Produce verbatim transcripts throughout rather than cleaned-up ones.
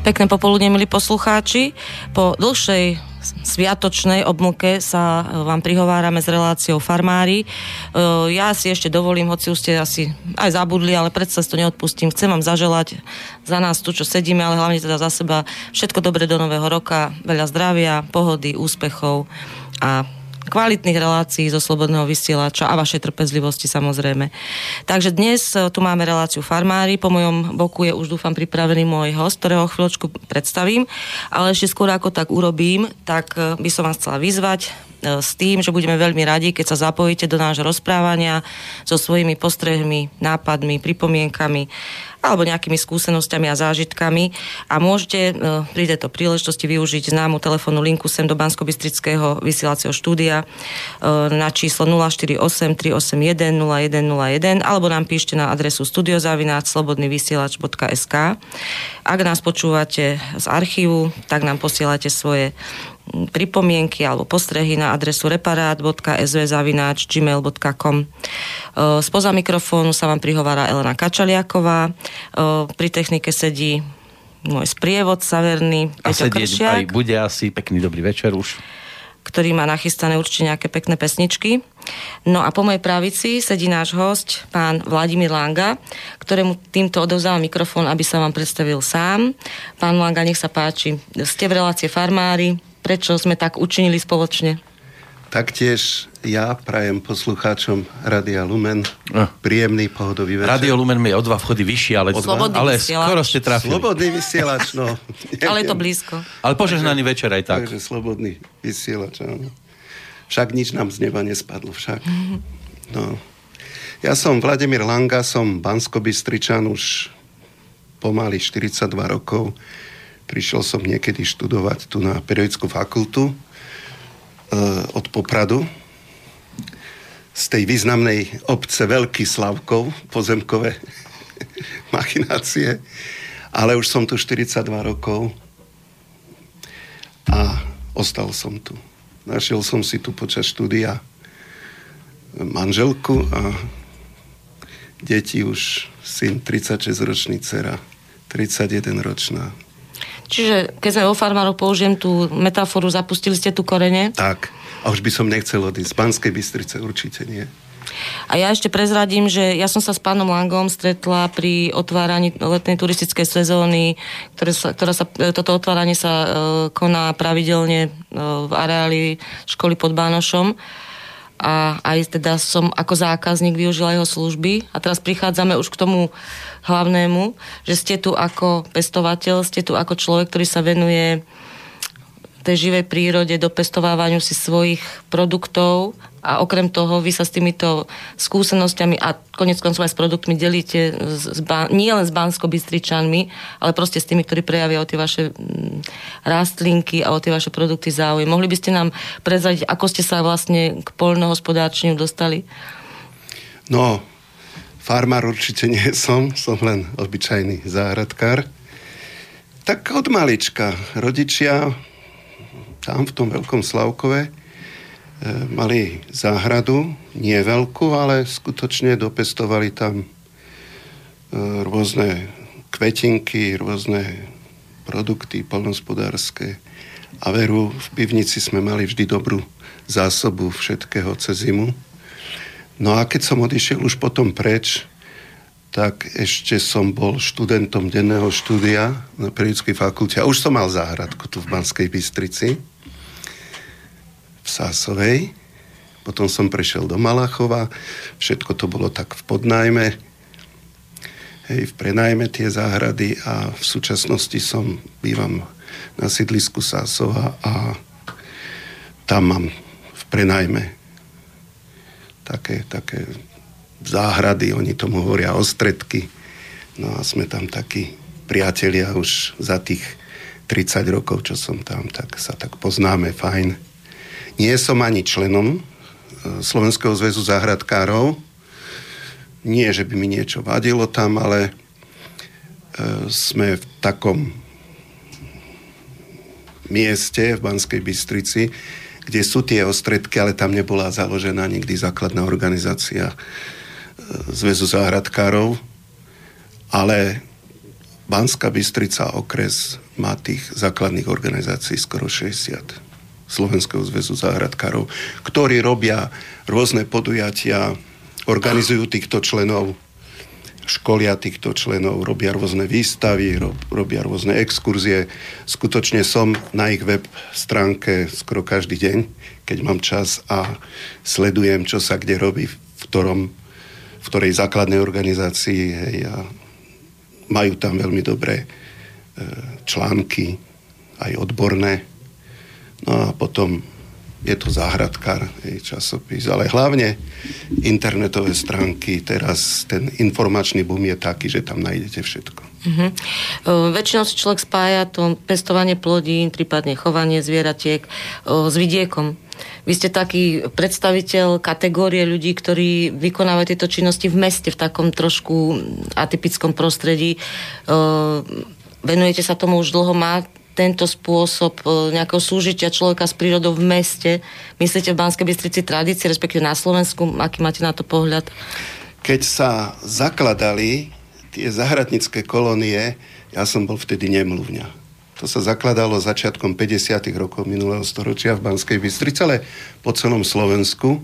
Pekné popoludne, milí poslucháči. Po dlhšej sviatočnej obmlke sa vám prihovárame s reláciou Farmári. Ja si ešte dovolím, hoci už ste asi aj zabudli, ale predsa si to neodpustím. Chcem vám zaželať za nás tu, čo sedíme, ale hlavne teda za seba všetko dobré do nového roka, veľa zdravia, pohody, úspechov a kvalitných relácií zo Slobodného vysielača a vašej trpezlivosti samozrejme. Takže dnes tu máme reláciu Farmári. Po mojom boku je už dúfam pripravený môj host, ktorého chvíľočku predstavím. Ale ešte skôr ako tak urobím, tak by som vás chcela vyzvať s tým, že budeme veľmi radi, keď sa zapojíte do nášho rozprávania so svojimi postrehmi, nápadmi, pripomienkami alebo nejakými skúsenosťami a zážitkami a môžete pri tejto príležitosti využiť známu telefónnu linku sem do Banskobystrického vysielacieho štúdia na číslo nula štyri osem tri osem jeden nula jeden nula jeden alebo nám píšte na adresu studio zavináč slobodný vysielač bodka es ká. Ak nás počúvate z archívu, tak nám posielate svoje pripomienky alebo postrehy na adresu reparát bodka es vé zavináč gmail bodka com. Spoza mikrofónu sa vám prihovára Elena Kačaliaková. Pri technike sedí môj sprievodca verný Peťo Kršiak. Aj bude asi pekný dobrý večer už. Ktorý má nachystané určite nejaké pekné pesničky. No a po mojej pravici sedí náš hosť, pán Vladimír Langa, ktorému týmto odovzdávam mikrofón, aby sa vám predstavil sám. Pán Langa, nech sa páči. Ste v relácii Farmári. Prečo sme tak učinili spoločne? Taktiež ja prajem poslucháčom Rádia Lumen no. príjemný pohodový večer. Rádio Lumen je o dva vchody vyššie, ale, ale skoro ste trafili. Slobodný vysielač, no. Ale je to blízko. Ale požehnaný takže, večer aj tak. Takže slobodný vysielač, áno. Však nič nám z neba nespadlo, však. No. Ja som Vladimír Langa, som Banskobystričan už pomaly štyridsaťdva rokov. Prišiel som niekedy študovať tu na Pedagogickú fakultu e, od Popradu z tej významnej obce Veľký Slavkov, pozemkové machinácie. Ale už som tu štyridsaťdva rokov a ostal som tu. Našiel som si tu počas štúdia manželku a deti už syn tridsaťšesťročný, dcera tridsaťjedenročná. Čiže keď sme vo Farmároch, použijem tú metaforu, zapustili ste tu korene? Tak. A už by som nechcel odísť. Z Banskej Bystrice určite nie. A ja ešte prezradím, že ja som sa s pánom Langom stretla pri otváraní letnej turistickej sezóny, ktoré sa, ktorá sa, toto otváranie sa e, koná pravidelne e, v areáli školy pod Bánošom. A aj teda som ako zákazník využila jeho služby a teraz prichádzame už k tomu hlavnému, že ste tu ako pestovateľ, ste tu ako človek, ktorý sa venuje tej živej prírode, dopestovávaniu si svojich produktov a okrem toho vy sa s týmito skúsenosťami a konec koncov aj s produktmi delíte z, z, nie len s Banskobystričanmi, ale proste s tými, ktorí prejavia o tie vaše rastlinky a o tie vaše produkty záujem. Mohli by ste nám prezradiť, ako ste sa vlastne k poľnohospodárčeniu dostali? No, farmár určite nie som, som len obyčajný záhradkár. Tak od malička rodičia tam v tom Veľkom Slavkove e, mali záhradu, nie veľkú, ale skutočne dopestovali tam e, rôzne kvetinky, rôzne produkty poľnohospodárske. A veru, v pivnici sme mali vždy dobrú zásobu všetkého cez zimu. No a keď som odišiel už potom preč, tak ešte som bol študentom denného štúdia na Pedagogickej fakulte. A už som mal záhradku tu v Banskej Bystrici, v Sásovej. Potom som prešiel do Malachova. Všetko to bolo tak v podnájme. Hej, v prenajme tie záhrady a v súčasnosti som bývam na sídlisku Sásova a tam mám v prenajme také, také záhrady, oni tomu hovoria ostredky. No a sme tam takí priatelia už za tých tridsať rokov, čo som tam, tak sa tak poznáme, fajn. Nie som ani členom Slovenského zväzu záhradkárov. Nie, že by mi niečo vadilo tam, ale sme v takom mieste v Banskej Bystrici, kde sú tie ostredky, ale tam nebola založená nikdy základná organizácia Zväzu záhradkárov, ale Banská Bystrica okres má tých základných organizácií skoro šesťdesiat. Slovenského zväzu záhradkárov, ktorí robia rôzne podujatia, organizujú týchto členov, školia týchto členov, robia rôzne výstavy, robia rôzne exkurzie. Skutočne som na ich web stránke skoro každý deň, keď mám čas a sledujem, čo sa kde robí, v ktorom, v ktorej základnej organizácii, hej, a majú tam veľmi dobré e, články, aj odborné. No a potom je to záhradkár, je časopis, ale hlavne internetové stránky. Teraz ten informačný boom je taký, že tam nájdete všetko. Uh-huh. Uh, väčšinou si človek spája to pestovanie plodín, prípadne chovanie zvieratiek uh, s vidiekom. Vy ste taký predstaviteľ kategórie ľudí, ktorí vykonávajú tieto činnosti v meste, v takom trošku atypickom prostredí. Uh, venujete sa tomu už dlho, má tento spôsob nejakého súžitia človeka s prírodou v meste? Myslíte v Banskej Bystrici tradície, respektíve na Slovensku? Aký máte na to pohľad? Keď sa zakladali tie záhradnícke kolónie, ja som bol vtedy nemluvňa. To sa zakladalo začiatkom päťdesiatych rokov minulého storočia v Banskej Bystrici, ale po celom Slovensku.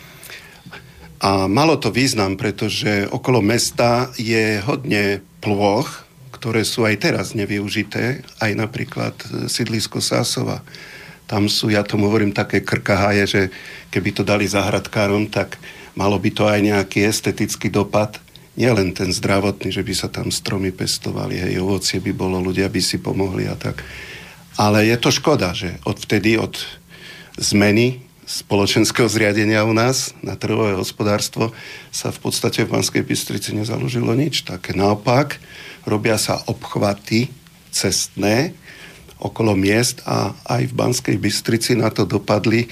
A malo to význam, pretože okolo mesta je hodne plôch, ktoré sú aj teraz nevyužité, aj napríklad sídlisko Sásova. Tam sú, ja tomu hovorím, také krkahaje, že keby to dali záhradkárom, tak malo by to aj nejaký estetický dopad. Nie len ten zdravotný, že by sa tam stromy pestovali, hej, ovocie by bolo, ľudia by si pomohli a tak. Ale je to škoda, že odvtedy, od zmeny spoločenského zriadenia u nás na trhové hospodárstvo sa v podstate v Banskej Bystrici nezaložilo nič také. Naopak, robia sa obchvaty cestné okolo miest a aj v Banskej Bystrici na to dopadli e,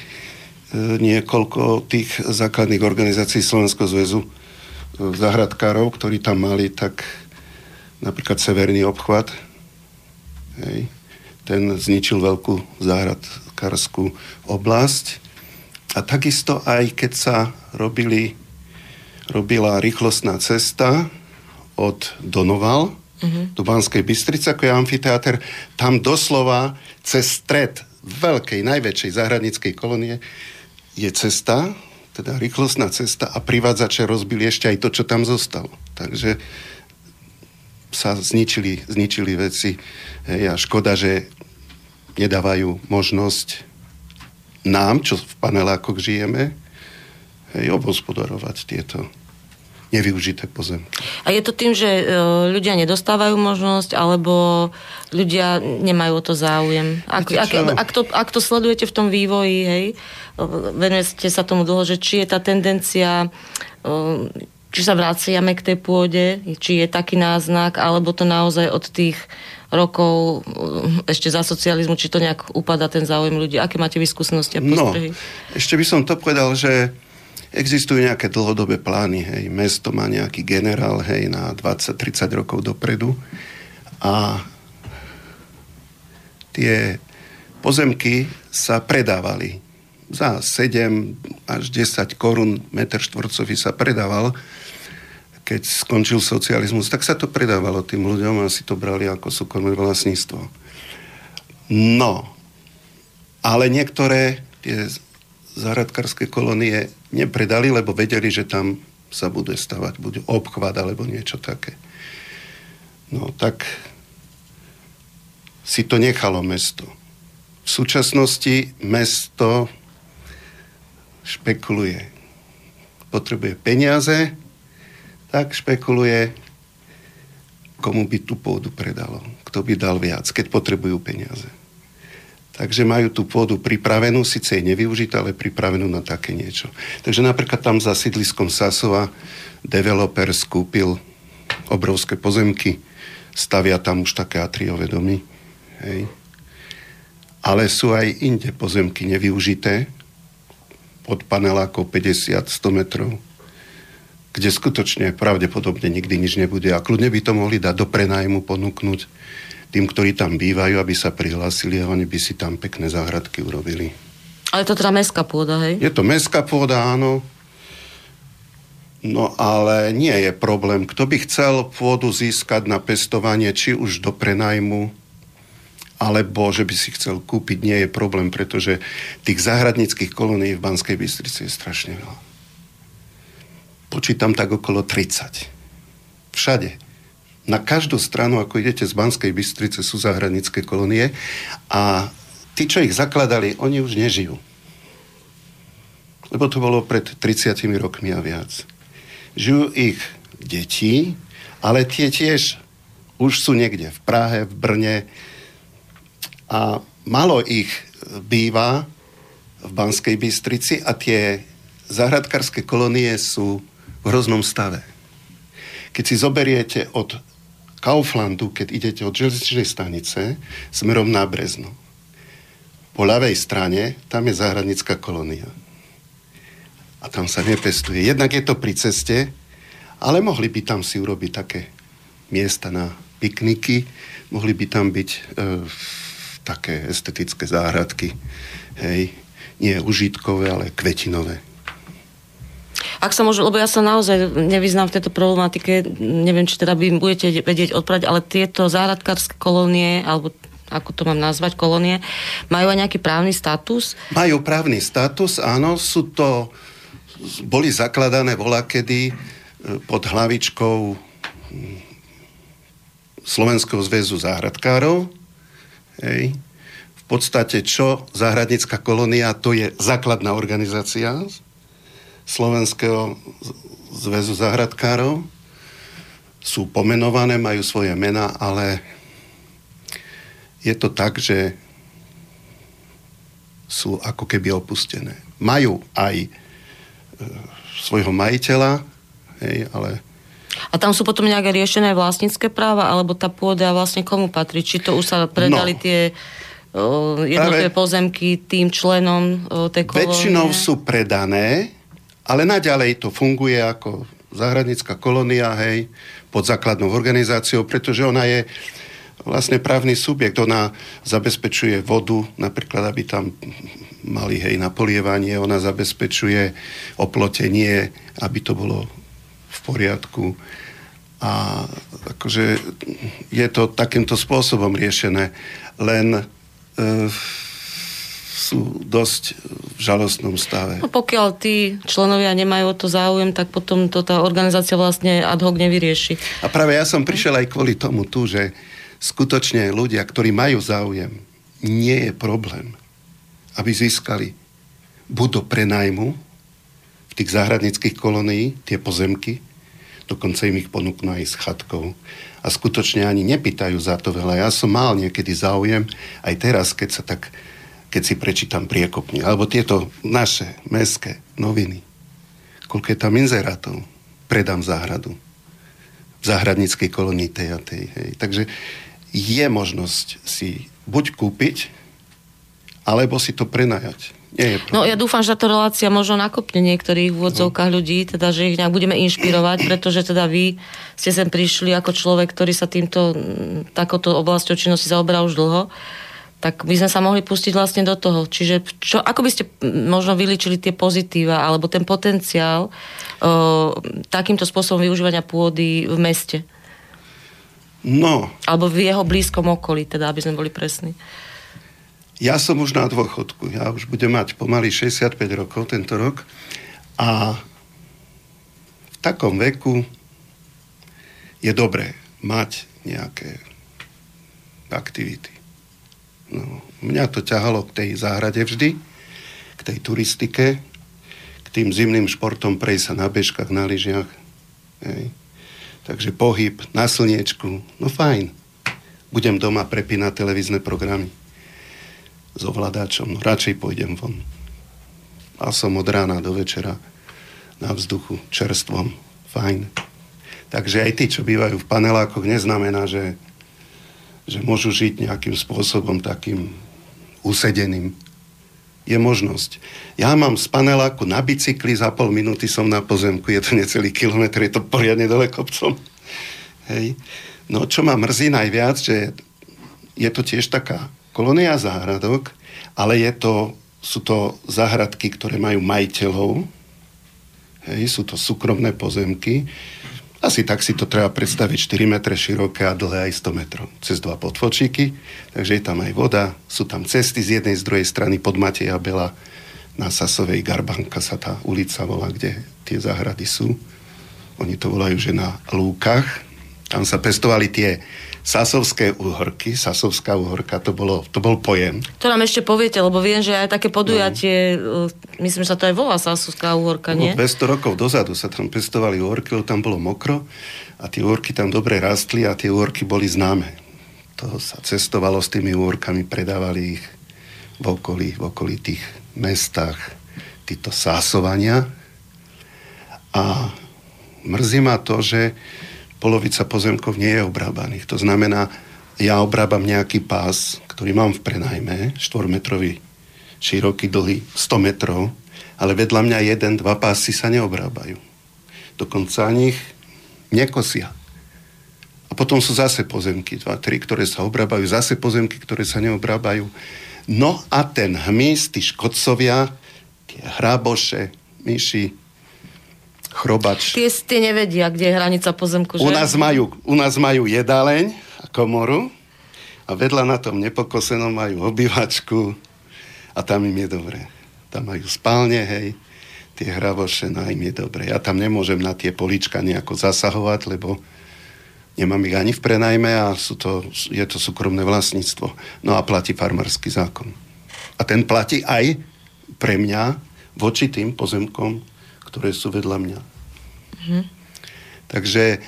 niekoľko tých základných organizácií Slovenského zväzu e, záhradkárov, ktorí tam mali tak napríklad Severný obchvat. Hej, ten zničil veľkú záhradkárskú oblasť. A takisto aj keď sa robili, robila rýchlostná cesta od Donoval uh-huh. do Banskej Bystrice, ako je amfiteáter, tam doslova cez stred veľkej, najväčšej záhradníckej kolónie je cesta, teda rýchlostná cesta a privádzače rozbili ešte aj to, čo tam zostalo. Takže sa zničili, zničili veci. Hej, a škoda, že nedávajú možnosť nám, čo v panelákoch žijeme, hej, obhospodarovať tieto nevyužité pozemky. A je to tým, že e, ľudia nedostávajú možnosť, alebo ľudia nemajú o to záujem? Ak, ak, ak, to, ak to sledujete v tom vývoji, hej, venujete sa tomu dlho, že či je tá tendencia, e, či sa vraciame k tej pôde, či je taký náznak, alebo to naozaj od tých rokov ešte za socializmu, či to nejak upadá ten záujem ľudí. Aké máte vy skúsenosti a postrehy? No, ešte by som to povedal, že existujú nejaké dlhodobé plány, hej. Mesto má nejaký generál, hej, na dvadsať tridsať rokov dopredu a tie pozemky sa predávali. Za sedem až desať korún meter štvorcový sa predával. Keď skončil socializmus, tak sa to predávalo tým ľuďom a si to brali ako súkromné vlastníctvo. No, ale niektoré tie záhradkárske kolónie nepredali, lebo vedeli, že tam sa bude stavať, bude obchvat alebo niečo také. No tak si to nechalo mesto. V súčasnosti mesto špekuluje. Potrebuje peniaze, tak špekuluje, komu by tú pôdu predalo. Kto by dal viac, keď potrebujú peniaze. Takže majú tú pôdu pripravenú, síce je nevyužitá, ale pripravenú na také niečo. Takže napríklad tam za sídliskom Sásova developer skúpil obrovské pozemky, stavia tam už také atriové domy. Hej. Ale sú aj inde pozemky nevyužité, od panelákov päťdesiat až sto metrov, kde skutočne pravdepodobne nikdy nič nebude. A kľudne by to mohli dať do prenájmu, ponúknuť tým, ktorí tam bývajú, aby sa prihlásili a oni by si tam pekné záhradky urobili. Ale to teda mestská pôda, hej? Je to mestská pôda, áno. No ale nie je problém. Kto by chcel pôdu získať na pestovanie, či už do prenájmu, alebo že by si chcel kúpiť, nie je problém, pretože tých záhradníckych kolónií v Banskej Bystrici je strašne veľa. Počítam tak okolo tridsať. Všade. Na každú stranu, ako idete z Banskej Bystrice, sú záhradnícke kolónie a tí, čo ich zakladali, oni už nežijú. Lebo to bolo pred tridsiatimi rokmi a viac. Žijú ich deti, ale tie tiež už sú niekde v Prahe, v Brne a málo ich býva v Banskej Bystrici a tie záhradkárske kolónie sú v hroznom stave. Keď si zoberiete od Kauflandu, keď idete od železničnej stanice smerom na Brezno, po ľavej strane tam je záhradnícka kolónia. A tam sa nepestuje. Jednak je to pri ceste, ale mohli by tam si urobiť také miesta na pikniky, mohli by tam byť e, také estetické záhradky. Hej. Nie užitkové, ale kvetinové. Ak sa môžu, lebo ja sa naozaj nevyznám v tejto problematike, neviem, či teda by budete vedieť odprať, ale tieto záhradkárske kolónie, alebo ako to mám nazvať, kolónie, majú aj nejaký právny status? Majú právny status, áno, sú to boli zakladané volakedy pod hlavičkou Slovenského zväzu záhradkárov. Hej. V podstate, čo záhradnícka kolónia, to je základná organizácia Slovenského zväzu záhradkárov. Sú pomenované, majú svoje mená, ale je to tak, že sú ako keby opustené. Majú aj svojho majiteľa, hej, ale... A tam sú potom nejaké riešené vlastnícke práva, alebo tá pôda vlastne komu patrí? Či to už sa predali no, tie o, jednotlivé pozemky tým členom o, tej kolónie? Väčšinou sú predané, ale naďalej to funguje ako záhradnícka kolónia, hej, pod základnou organizáciou, pretože ona je vlastne právny subjekt. Ona zabezpečuje vodu, napríklad, aby tam mali, hej, na polievanie, ona zabezpečuje oplotenie, aby to bolo v poriadku. A akože je to takýmto spôsobom riešené, len e, sú dosť v žalostnom stave. No pokiaľ tí členovia nemajú o to záujem, tak potom to tá organizácia vlastne ad hoc nevyrieši. A práve ja som prišiel aj kvôli tomu tu, že skutočne ľudia, ktorí majú záujem, nie je problém, aby získali buď do prenajmu v tých záhradníckych kolónií tie pozemky, dokonca im ich ponúknú aj s chatkou. A skutočne ani nepýtajú za to veľa. Ja som mal niekedy záujem, aj teraz, keď sa tak, keď si prečítam priekopník, alebo tieto naše mestské noviny. Koľko je tam inzerátov? Predám záhradu. V záhradníckej kolónii tej a tej. Hej. Takže je možnosť si buď kúpiť, alebo si to prenajať. Nie je problém. No ja dúfam, že táto relácia možno nakopne niektorých v úvodzovkách ľudí, teda, že ich nejak budeme inšpirovať, pretože teda vy ste sem prišli ako človek, ktorý sa týmto takouto oblasťou činnosti zaoberá už dlho, tak by sme sa mohli pustiť vlastne do toho. Čiže čo, ako by ste možno vylíčili tie pozitíva alebo ten potenciál o, takýmto spôsobom využívania pôdy v meste? No. Alebo v jeho blízkom okolí, teda, aby sme boli presní. Ja som už na dôchodku. Ja už budem mať pomaly šesťdesiatpäť rokov tento rok. A v takom veku je dobré mať nejaké aktivity. No, mňa to ťahalo k tej záhrade vždy, k tej turistike, k tým zimným športom, prejsť sa na bežkách, na lyžiach. Hej. Takže pohyb na slniečku, no fajn. Budem doma prepínať televízne programy s ovládačom, no radšej pôjdem von. A som od rána do večera na vzduchu, čerstvom, fajn. Takže aj tí, čo bývajú v panelákoch, neznamená, že, že môžu žiť nejakým spôsobom takým usedeným. Je možnosť. Ja mám z paneláku na bicykli, za pol minúty som na pozemku, je to necelý kilometr, je to poriadne dole kopcom. Hej. No čo ma mrzí najviac, že je to tiež taká kolónia záhradok, ale je to, sú to záhradky, ktoré majú majiteľov, hej, sú to súkromné pozemky Asi tak si to treba predstaviť, štyri metre široké a dlhé aj sto metrov. Cez dva podfočíky, takže je tam aj voda, sú tam cesty z jednej, z druhej strany pod Mateja Bela na Sasovej Garbanka sa tá ulica volá, kde tie záhrady sú. Oni to volajú, že na lúkach. Tam sa pestovali tie sasovské uhorky. Sasovská uhorka, to, bolo, to bol pojem. To nám ešte poviete, lebo viem, že aj také podujatie, no. Myslím, že sa to aj volá sasovská uhorka, nie? dvesto rokov dozadu sa tam pestovali uhorky, lebo tam bolo mokro a tie uhorky tam dobre rastli a tie uhorky boli známe. To sa cestovalo s tými uhorkami, predávali ich v okolí, v okolitých mestách, títo sásovania. A mrzí ma to, že polovica pozemkov nie je obrábaných. To znamená, ja obrábam nejaký pás, ktorý mám v prenajme, štvormetrový, široký, dlhý, sto metrov, ale vedľa mňa jeden, dva pásy sa neobrábajú. Dokonca ani ich nekosia. A potom sú zase pozemky, dva, tri, ktoré sa obrábajú, zase pozemky, ktoré sa neobrábajú. No a ten hmyz, tí škodcovia, tie hráboše, myši, chrobač. Tie, tie nevedia, kde je hranica pozemku, že? U nás majú, u nás majú jedáleň a komoru a vedľa na tom nepokosenom majú obývačku a tam im je dobre. Tam majú spálne, hej, tie hráboše, no im je dobre. Ja tam nemôžem na tie políčka nejako zasahovať, lebo nemám ich ani v prenajme a sú to, je to súkromné vlastníctvo. No a platí farmársky zákon. A ten platí aj pre mňa voči tým pozemkom, ktoré sú vedľa mňa. Mhm. Takže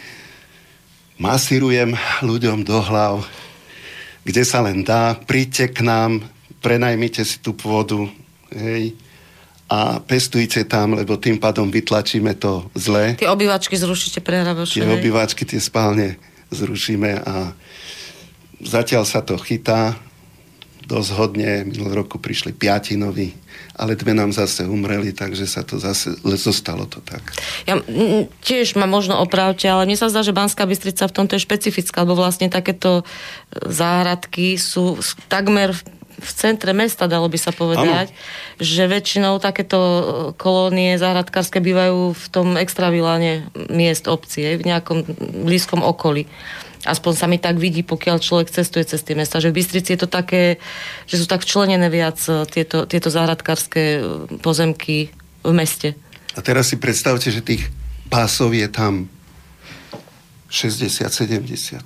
masírujem ľuďom do hlav, kde sa len dá, príďte k nám, prenajmite si tú pôdu, hej, a pestujte tam, lebo tým pádom vytlačíme to zle. Tie obývačky zrušíte pre hraboše. Tie obývačky, tie spálne zrušíme a zatiaľ sa to chytá dosť hodne. Minulý roku prišli piati noví, ale dve nám zase umreli, takže sa to zase, zostalo to tak. Ja m, tiež ma možno opravte, ale mne sa zdá, že Banská Bystrica v tomto je špecifická, lebo vlastne takéto záhradky sú takmer v centre mesta, dalo by sa povedať, ano. Že väčšinou takéto kolónie záhradkárske bývajú v tom extraviláne miest obcí, v nejakom blízkom okolí. Aspoň sa mi tak vidí, pokiaľ človek cestuje cez tie mesta, že v Bystrici je to také, že sú tak včlenené viac tieto, tieto záhradkárske pozemky v meste. A teraz si predstavte, že tých pásov je tam šesťdesiat sedemdesiat.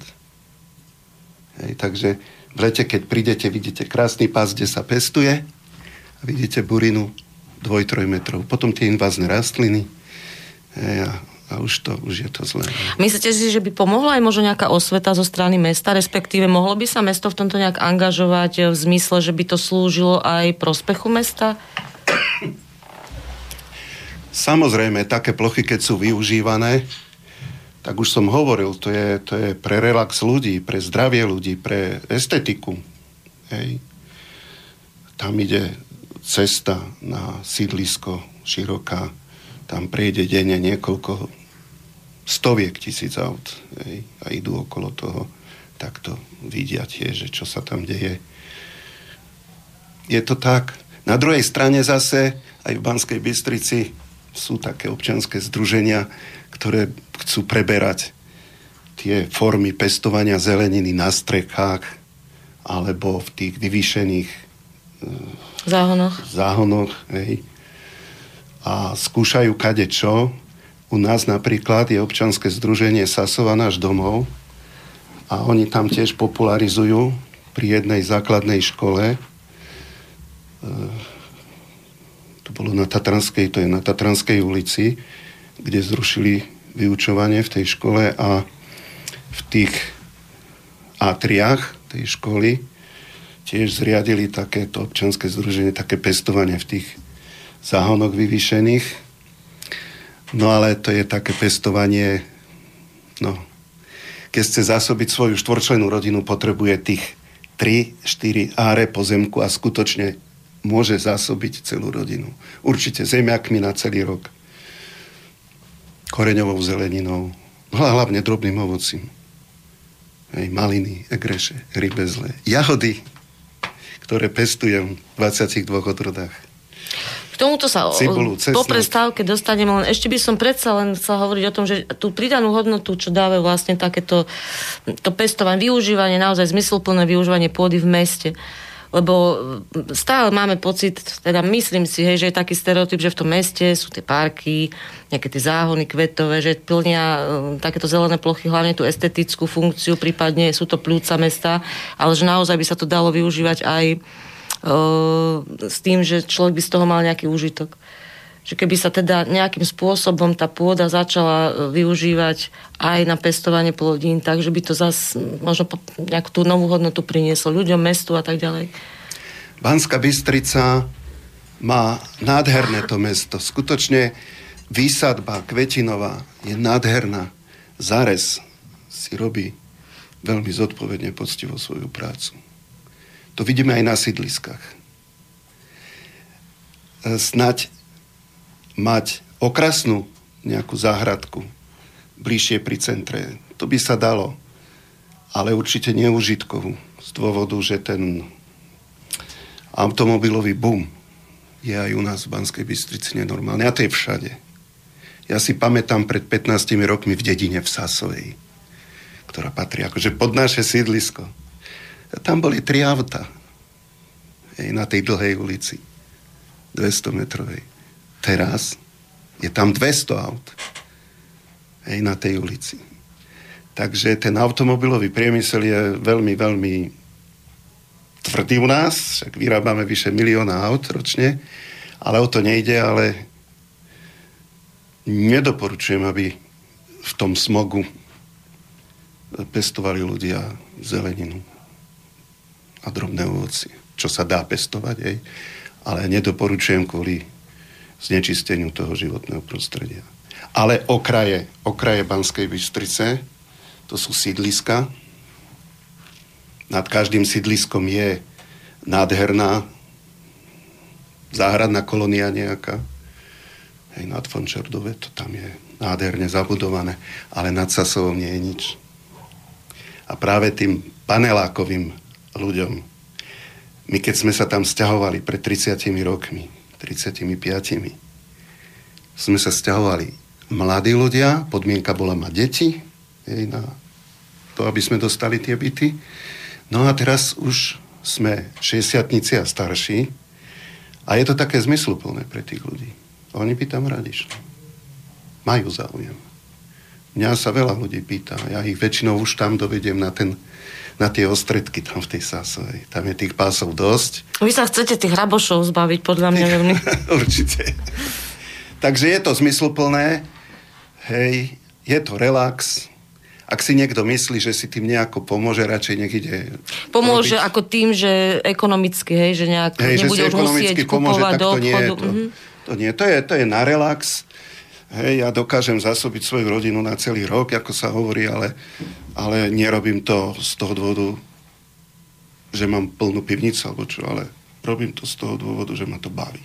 Hej, takže v lete, keď prídete, vidíte krásny pás, kde sa pestuje a vidíte burinu dvoj až tri metrov. Potom tie invázne rastliny hej, a, a už, to, už je to zlé. Myslíte si, že by pomohla aj možno nejaká osveta zo strany mesta, respektíve mohlo by sa mesto v tomto nejak angažovať v zmysle, že by to slúžilo aj prospechu mesta? Samozrejme, také plochy, keď sú využívané, tak už som hovoril, to je, to je pre relax ľudí, pre zdravie ľudí, pre estetiku. Hej. Tam ide cesta na sídlisko široká, tam prejde denne niekoľko stoviek tisíc aut. Hej. A idú okolo toho, tak to vidia tiež, že čo sa tam deje. Je to tak. Na druhej strane zase, aj v Banskej Bystrici sú také občianske združenia, ktoré chcú preberať tie formy pestovania zeleniny na strechách alebo v tých vyvýšených záhonoch. záhonoch hej. A skúšajú kadečo. U nás napríklad je občianske združenie Sasova náš domov a oni tam tiež popularizujú pri jednej základnej škole. To bolo na Tatranskej, to je na Tatranskej ulici, kde zrušili vyučovanie v tej škole a v tých atriách tej školy tiež zriadili takéto občianske združenie, také pestovanie v tých záhonoch vyvýšených. No ale to je také pestovanie, no, keď chce zásobiť svoju štvorčlennú rodinu, potrebuje tých tri štyri áre pozemku a skutočne môže zásobiť celú rodinu. Určite zemiakmi na celý rok. Koreňovou zeleninou, hlavne drobným ovocím. Hej, maliny, egreše, rybezle, jahody, ktoré pestujem v dvadsiatich dvoch odrodách. K tomuto sa cibulu, po prestávke dostaneme, len ešte by som predsa len chcela hovoriť o tom, že tú pridanú hodnotu, čo dáva vlastne takéto to pestovanie, využívanie, naozaj zmysluplné využívanie pôdy v meste. Lebo stále máme pocit, teda myslím si, hej, že je taký stereotyp, že v tom meste sú tie parky, nejaké tie záhony kvetové, že plnia um, takéto zelené plochy, hlavne tú estetickú funkciu, prípadne sú to pľúca mesta, ale že naozaj by sa to dalo využívať aj uh, s tým, že človek by z toho mal nejaký úžitok. Že keby sa teda nejakým spôsobom tá pôda začala využívať aj na pestovanie plodín, takže by to zase možno nejakú tú novú hodnotu prinieslo ľuďom, mestu a tak ďalej. Banská Bystrica má nádherné to mesto. Skutočne výsadba kvetinová je nádherná. Zárez si robí veľmi zodpovedne, poctivo svoju prácu. To vidíme aj na sídliskách. Snaď mať okrasnú nejakú záhradku bližšie pri centre. To by sa dalo, ale určite neužitkovú. Z dôvodu, že ten automobilový boom je aj u nás v Banskej Bystrici nenormálny. A to je všade. Ja si pamätám pred pätnástimi rokmi v dedine v Sásovej, ktorá patrí akože pod naše sídlisko. A tam boli tri auta. Ej, na tej dlhej ulici. dvestometrovej. Teraz je tam dvesto aut aj na tej ulici. Takže ten automobilový priemysel je veľmi, veľmi tvrdý u nás, však vyrábame vyše milióna aut ročne, ale o to nejde, ale nedoporučujem, aby v tom smogu pestovali ľudia zeleninu a drobné ovocie, čo sa dá pestovať, aj, ale nedoporučujem kvôli znečisteniu toho životného prostredia. Ale okraje, okraje Banskej Bystrice, to sú sídliska. Nad každým sídliskom je nádherná záhradná kolónia nejaká. Hej, nad Fončardove, to tam je nádherne zabudované, ale nad Sasovom nie je nič. A práve tým panelákovým ľuďom, my keď sme sa tam sťahovali pred tridsiatimi rokmi, tridsaťpäť. Sme sa sťahovali mladí ľudia, podmienka bola mať deti, hej, na to, aby sme dostali tie byty. No a teraz už sme šesťdesiatnici a starší a je to také zmysluplné pre tých ľudí. Oni by tam radi šli. Majú záujem. Mňa sa veľa ľudí pýta, ja ich väčšinou už tam dovediem na ten na tie ostredky tam v tej Sásovej. Tam je tých pásov dosť. Vy sa chcete tých hrabošov zbaviť, podľa mňa veľmi. Určite. Takže je to zmysluplné. Hej, je to relax. Ak si niekto myslí, že si tým nejako pomôže, radšej nech ide pomôže robiť. Ako tým, že ekonomicky, hej, že nejak hej, nebude už musieť kupovať do obchodu. To, mm-hmm. to nie, to je, to je na relax. Hej, ja dokážem zásobiť svoju rodinu na celý rok, ako sa hovorí, ale, ale nerobím to z toho dôvodu, že mám plnú pivnicu, alebo čo, ale robím to z toho dôvodu, že ma to baví.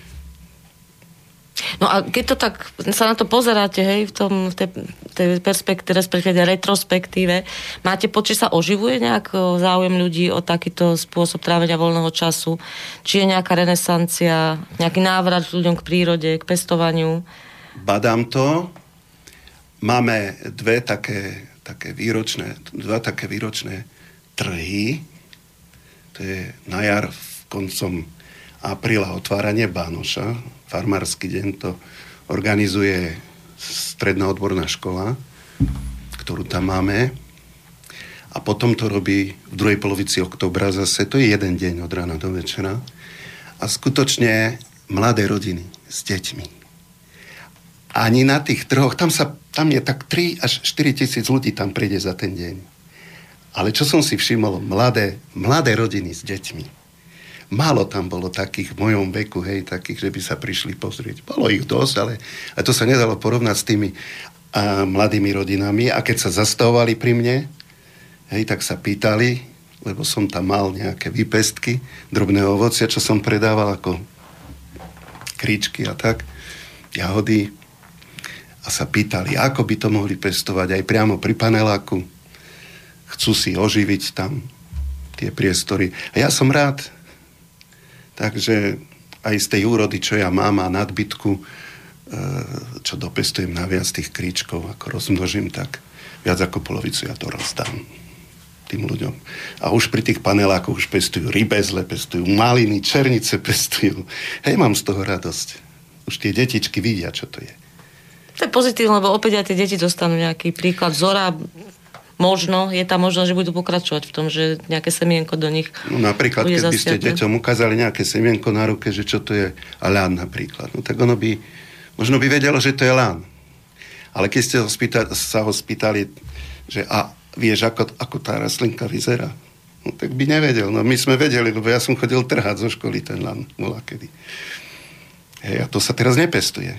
No a keď to tak sa na to pozeráte, hej, v tom, v tej, tej perspektíve, respektíve retrospektíve, máte pocit, že sa oživuje nejak záujem ľudí o takýto spôsob trávenia voľného času? Či je nejaká renesancia, nejaký návrat ľuďom k prírode, k pestovaniu? Badám to. Máme dve také, také výročné, dva také výročné trhy. To je na jar v koncom apríla otváranie Bánoša. Farmársky deň to organizuje stredná odborná škola, ktorú tam máme. A potom to robí v druhej polovici októbra zase. To je jeden deň od rána do večera. A skutočne mladé rodiny s deťmi. Ani na tých trhoch, tam, sa, tam je tak tri až štyri tisíc ľudí tam príde za ten deň. Ale čo som si všimol, mladé, mladé rodiny s deťmi. Málo tam bolo takých v mojom veku, hej, takých, že by sa prišli pozrieť. Bolo ich dosť, ale a to sa nedalo porovnať s tými a, mladými rodinami. A keď sa zastavovali pri mne, hej, tak sa pýtali, lebo som tam mal nejaké výpestky, drobné ovocia, čo som predával ako kríčky a tak, jahody. A sa pýtali, ako by to mohli pestovať aj priamo pri paneláku. Chcú si oživiť tam tie priestory. A ja som rád. Takže aj z tej úrody, čo ja mám a nadbytku, čo dopestujem na viac tých kríčkov, ako rozmnožím, tak viac ako polovicu ja to rozdám tým ľuďom. A už pri tých panelákoch už pestujú rybezle, pestujú maliny, černice pestujú. Hej, mám z toho radosť. Už tie detičky vidia, čo to je. To je pozitívne, lebo opäť aj tie deti dostanú nejaký príklad vzora. Možno, je tá možnosť, že budú pokračovať v tom, že nejaké semienko do nich no, napríklad, keď by ste deťom ukázali nejaké semienko na ruke, že čo to je lán napríklad, no tak ono by, možno by vedelo, že to je lán. Ale keď ste ho spýta, sa ho spýtali, že a vieš, ako, ako tá rastlinka vyzerá, no tak by nevedel. No my sme vedeli, lebo ja som chodil trhať zo školy ten lán, volakedy. Hej, a to sa teraz nepestuje.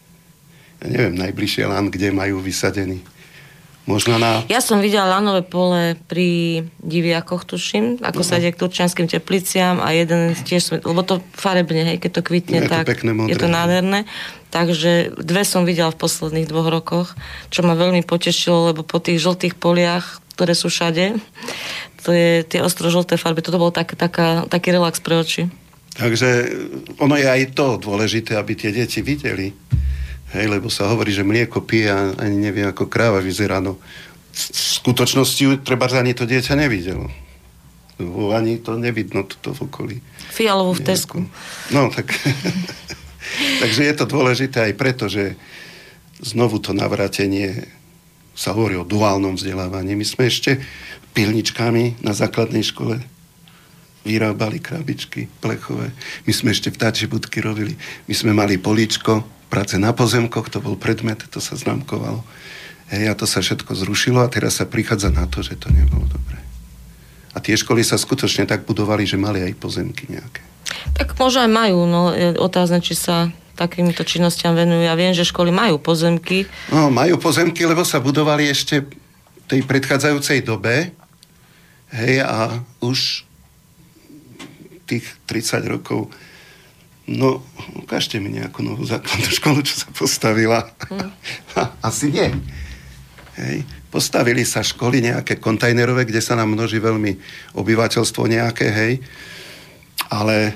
Ja neviem, najbližšie lán, kde majú vysadený. Možno na... Ja som videla lanové pole pri Diviakoch, tuším, ako no. sa ide k Turčianskym Tepliciam a jeden tiež, lebo to farebne, hej, keď to kvitne, je tak to pekné, modré, je to nádherné. Takže dve som videla v posledných dvoch rokoch, čo ma veľmi potešilo, lebo po tých žltých poliach, ktoré sú všade, to je tie ostro-žlté farby, toto bol tak, taká, taký relax pre oči. Takže ono je aj to dôležité, aby tie deti videli. Hej, lebo sa hovorí, že mlieko pije a ani nevie, ako kráva vyzerá. No, v skutočnosti treba, že ani to dieťa nevidelo. Lebo ani to nevidno toto v okolí. Fialovú v Tesku. No, tak... Takže je to dôležité aj preto, že znovu to navrátenie sa hovorí o duálnom vzdelávaní. My sme ešte pilničkami na základnej škole vyrábali krabičky plechové. My sme ešte vtáčie budky robili. My sme mali políčko, práce na pozemkoch, to bol predmet, to sa známkovalo. Hej, a to sa všetko zrušilo a teraz sa prichádza na to, že to nebolo dobré. A tie školy sa skutočne tak budovali, že mali aj pozemky nejaké. Tak možno aj majú, no je otázne, či sa takýmito činnostiam venujú. Ja viem, že školy majú pozemky. No, majú pozemky, lebo sa budovali ešte v tej predchádzajúcej dobe. Hej, a už tých tridsať rokov no, ukážte mi nejakú novú základnú školu, čo sa postavila. Hmm. Asi nie. Hej. Postavili sa školy nejaké kontajnerové, kde sa nám množí veľmi obyvateľstvo nejaké, hej. Ale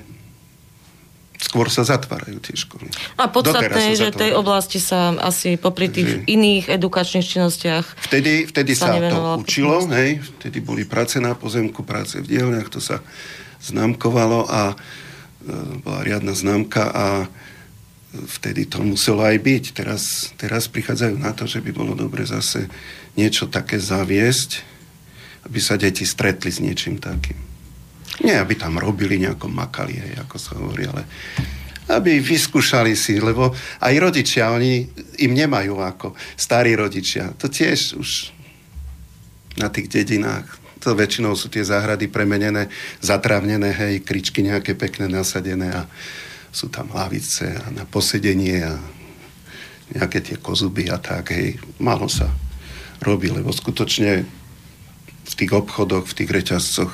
skôr sa zatvárajú tie školy. A podstatné je, že v tej oblasti sa asi popri tých že... iných edukačných činnostiach vtedy, vtedy sa, sa to učilo, hej. Vtedy boli práce na pozemku, práce v dielňach, to sa známkovalo a bola riadna známka a vtedy to muselo aj byť. Teraz, teraz prichádzajú na to, že by bolo dobre zase niečo také zaviesť, aby sa deti stretli s niečím takým. Nie, aby tam robili, nejako makali, hej, ako sa hovorí, ale aby vyskúšali si, lebo aj rodičia, oni im nemajú ako starí rodičia. To tiež už na tých dedinách to väčšinou sú tie záhrady premenené, zatrávnené, hej, kričky nejaké pekné nasadené a sú tam lavice a na posedenie a nejaké tie kozuby a tak, hej. Málo sa robí, lebo skutočne v tých obchodoch, v tých reťazcoch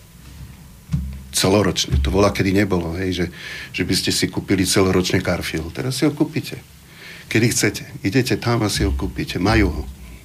celoročne, to bola, kedy nebolo, hej, že, že by ste si kúpili celoročne Carfield. Teraz si ho kúpite. Kedy chcete. Idete tam a si ho kúpite. Majú ho.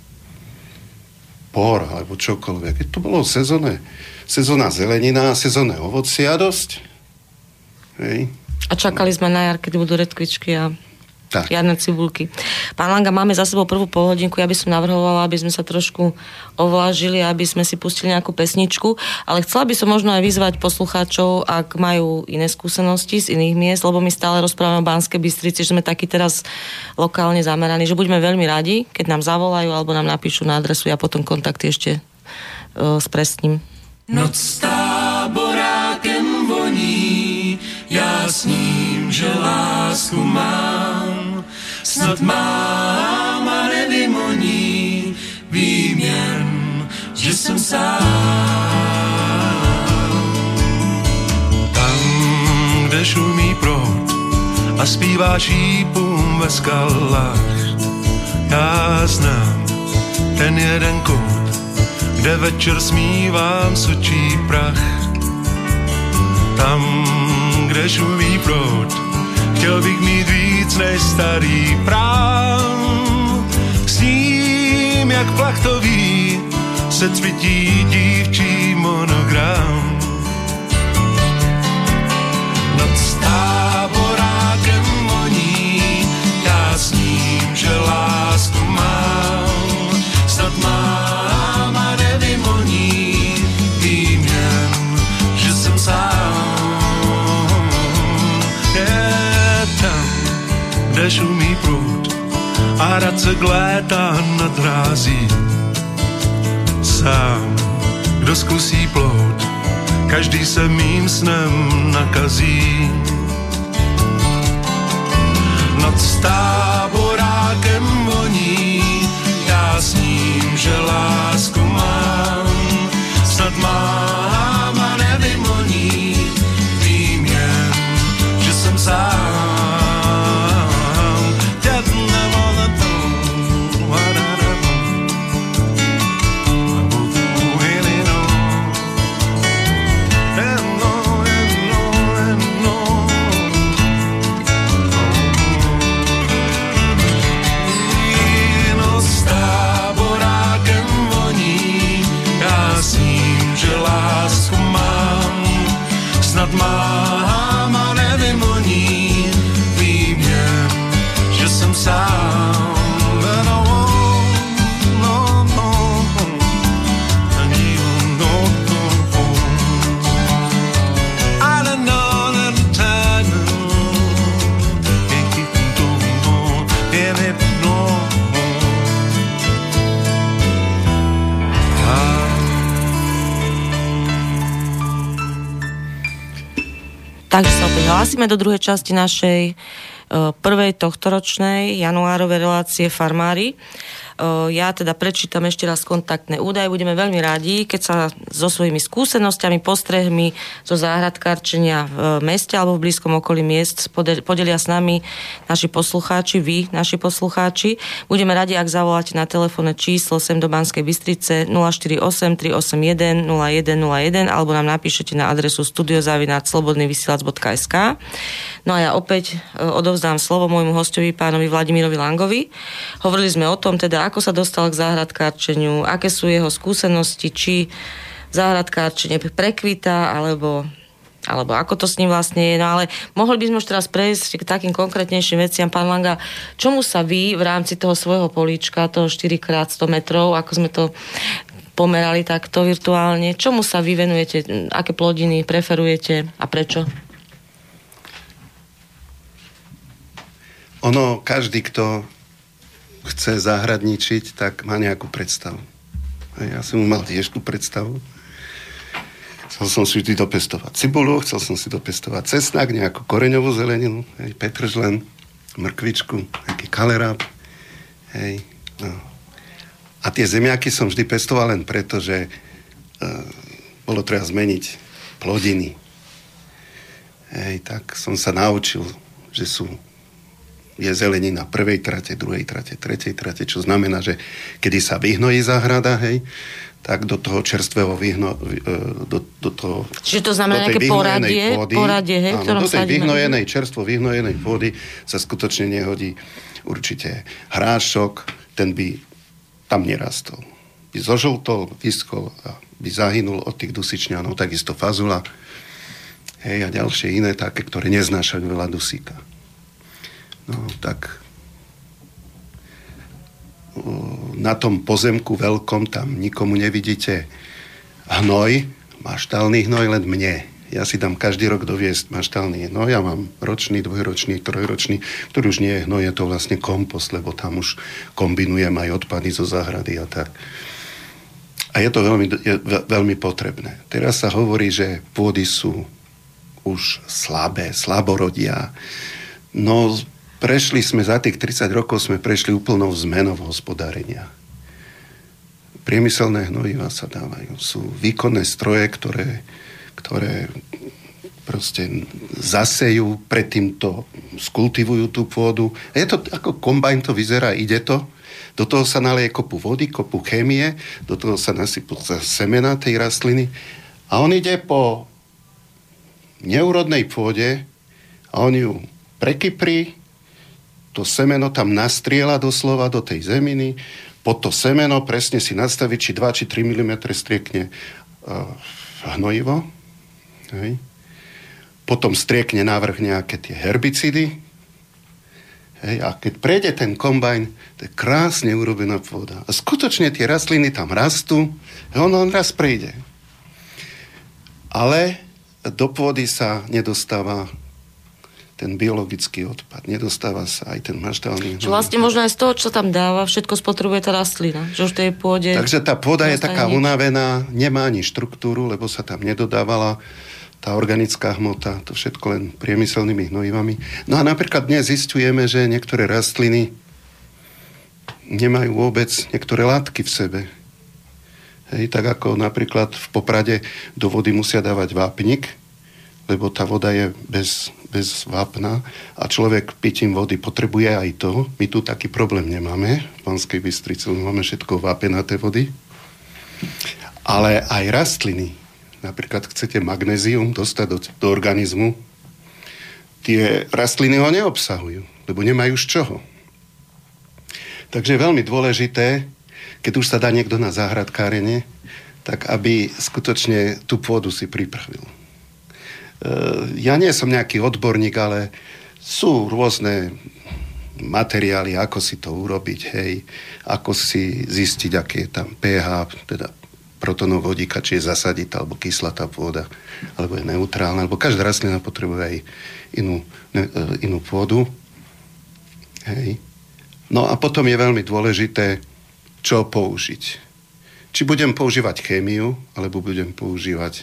Por, alebo čokoľvek. Keď to bolo sezónne, sezónna zelenina a sezónne ovocie a dosť. Hej. A čakali sme na jar, kedy budú redkvičky a tak. Jarné cibulky. Pán Langa, máme za sebou prvú polhodinku, ja by som navrhovala, aby sme sa trošku ovlážili, aby sme si pustili nejakú pesničku, ale chcela by som možno aj vyzvať poslucháčov, ak majú iné skúsenosti z iných miest, lebo my stále rozprávame o Banskej Bystrici, že sme takí teraz lokálne zameraní, že buďme veľmi radi, keď nám zavolajú alebo nám napíšu na adresu, ja potom kontakty ešte uh, spresním. Noc s táborákem voní, já sním, že lásku mám, snad mám a nevymoní, vím jen, že jsem sám. Tam, kde šumí proud a zpívá šípům ve skalách, já znám ten jeden kout, kde večer smívám sočí prach. Tam, kde šumí proud, chtěl bych mít víc než starý prám. S ním, jak plachtový, se cvití dívčí monogram. Noc stává hádat se k léta nadrází. Sám, kdo zkusí plout, každý se mým snem nakazí. Nad Táborákem voní, já s ním, že lásku mám, snad mám a nevím o ní, vím jen, že jsem sám. Mám a nevím o ní, vím jen, že jsem sám. No, no, no, no, no. I don't know the time. Takže sa opäť hlásime do druhej časti našej uh, prvej tohtoročnej januárovej relácie Farmári. Uh, ja teda prečítam ešte raz kontaktné údaje. Budeme veľmi radi, keď sa so svojimi skúsenosťami, postrehmi zo záhradkárčenia v meste alebo v blízkom okolí miest podelia s nami naši poslucháči, vy, naši poslucháči. Budeme radi, ak zavoláte na telefónne číslo sem do Banskej Bystrice nula štyri osem tri osem jeden nula jeden nula jeden alebo nám napíšete na adresu studio zavináč slobodný vysielač bodka es ká. No a ja opäť odovzdám slovo môjmu hostovi, pánovi Vladimírovi Langovi. Hovorili sme o tom, teda ako sa dostal k záhradkárčeniu, aké sú jeho skúsenosti, či záhradkárčenie prekvitá, alebo, alebo ako to s ním vlastne je. No ale mohli by sme už teraz prejsť k takým konkrétnejším veciam. Pán Langa, čomu sa vy v rámci toho svojho políčka, toho štyri krát sto metrov, ako sme to pomerali takto virtuálne, čomu sa vy venujete, aké plodiny preferujete a prečo? Ono, každý, kto chce zahradničiť, tak má nejakú predstavu. A ja som mal tiež tú predstavu. Chcel som si vždy dopestovať cibulu, chcel som si dopestovať cesnak, nejakú koreňovú zeleninu, hej, petržlen, mrkvičku, nejaký kaleráb. Hej, no. A tie zemiaky som vždy pestoval len preto, že uh, bolo treba zmeniť plodiny. Hej, tak som sa naučil, že sú je zelenina prvej trate, druhej trate, tretej trate, čo znamená, že kedy sa vyhnojí záhrada, hej, tak do toho čerstvého vyhno, do, do toho... Čiže to znamená nejaké poradie, pôdy, poradie, hej, áno, ktorom do tej vyhnojenej, čerstvo vyhnojenej pôdy sa skutočne nehodí určite hrášok, ten by tam nerastol. By zožltol, vyschol a by zahynul od tých dusičňanov, takisto fazula, hej, a ďalšie iné také, ktoré neznášajú veľa dusíka. No, tak na tom pozemku veľkom tam nikomu nevidíte hnoj, maštálny hnoj, len mne. Ja si dám každý rok doviesť maštálny hnoj. Ja mám ročný, dvojročný, trojročný, ktorý už nie je hnoj, je to vlastne kompost, lebo tam už kombinujem aj odpady zo záhrady a tak. A je to veľmi, je veľmi potrebné. Teraz sa hovorí, že pôdy sú už slabé, slaborodia. No, prešli sme za tých tridsať rokov, sme prešli úplnou zmenou hospodárenia. Priemyselné hnojivá sa dávajú. Sú výkonné stroje, ktoré, ktoré proste zasejú, predtým to skultivujú tú pôdu. A je to ako kombajn, to vyzerá, ide to. Do toho sa naleje kopu vody, kopu chémie, do toho sa nasypú semena tej rastliny a on ide po neúrodnej pôde a on ju prekyprí, to semeno tam nastriela doslova do tej zeminy, pod to semeno presne si nastaviť, či dva či tri milimetre striekne uh, hnojivo. Hej. Potom striekne navrch nejaké tie herbicidy. Hej. A keď prejde ten kombajn, to je krásne urobená pôda. A skutočne tie rastliny tam rastú a on len raz prejde. Ale do pôdy sa nedostáva ten biologický odpad. Nedostáva sa aj ten maždálny. Čo vlastne možno aj z toho, čo tam dáva, všetko spotrebuje tá rastlina. Že už tej pôde... Takže tá pôda je taká nič. Unavená, nemá ani štruktúru, lebo sa tam nedodávala tá organická hmota, to všetko len priemyselnými hnojivami. No a napríklad dnes zisťujeme, že niektoré rastliny nemajú vôbec niektoré látky v sebe. Hej, tak ako napríklad v Poprade do vody musia dávať vápnik, lebo tá voda je bez, bez vápna a človek pitím vody potrebuje aj to. My tu taký problém nemáme v Banskej Bystrici, máme všetko vápenaté vody. Ale aj rastliny, napríklad chcete magnézium dostať do, do organizmu, tie rastliny ho neobsahujú, lebo nemajú z čoho. Takže je veľmi dôležité, keď už sa dá niekto na záhradkárenie, tak aby skutočne tú pôdu si pripravil. Ja nie som nejaký odborník, ale sú rôzne materiály, ako si to urobiť, hej, ako si zistiť, aký je tam pH, teda protonov vodíka, či je zasaditá, alebo kyslatá pôda, alebo je neutrálna, alebo každá rastlina potrebuje aj inú, ne, inú pôdu. Hej. No a potom je veľmi dôležité, čo použiť. Či budem používať chémiu, alebo budem používať,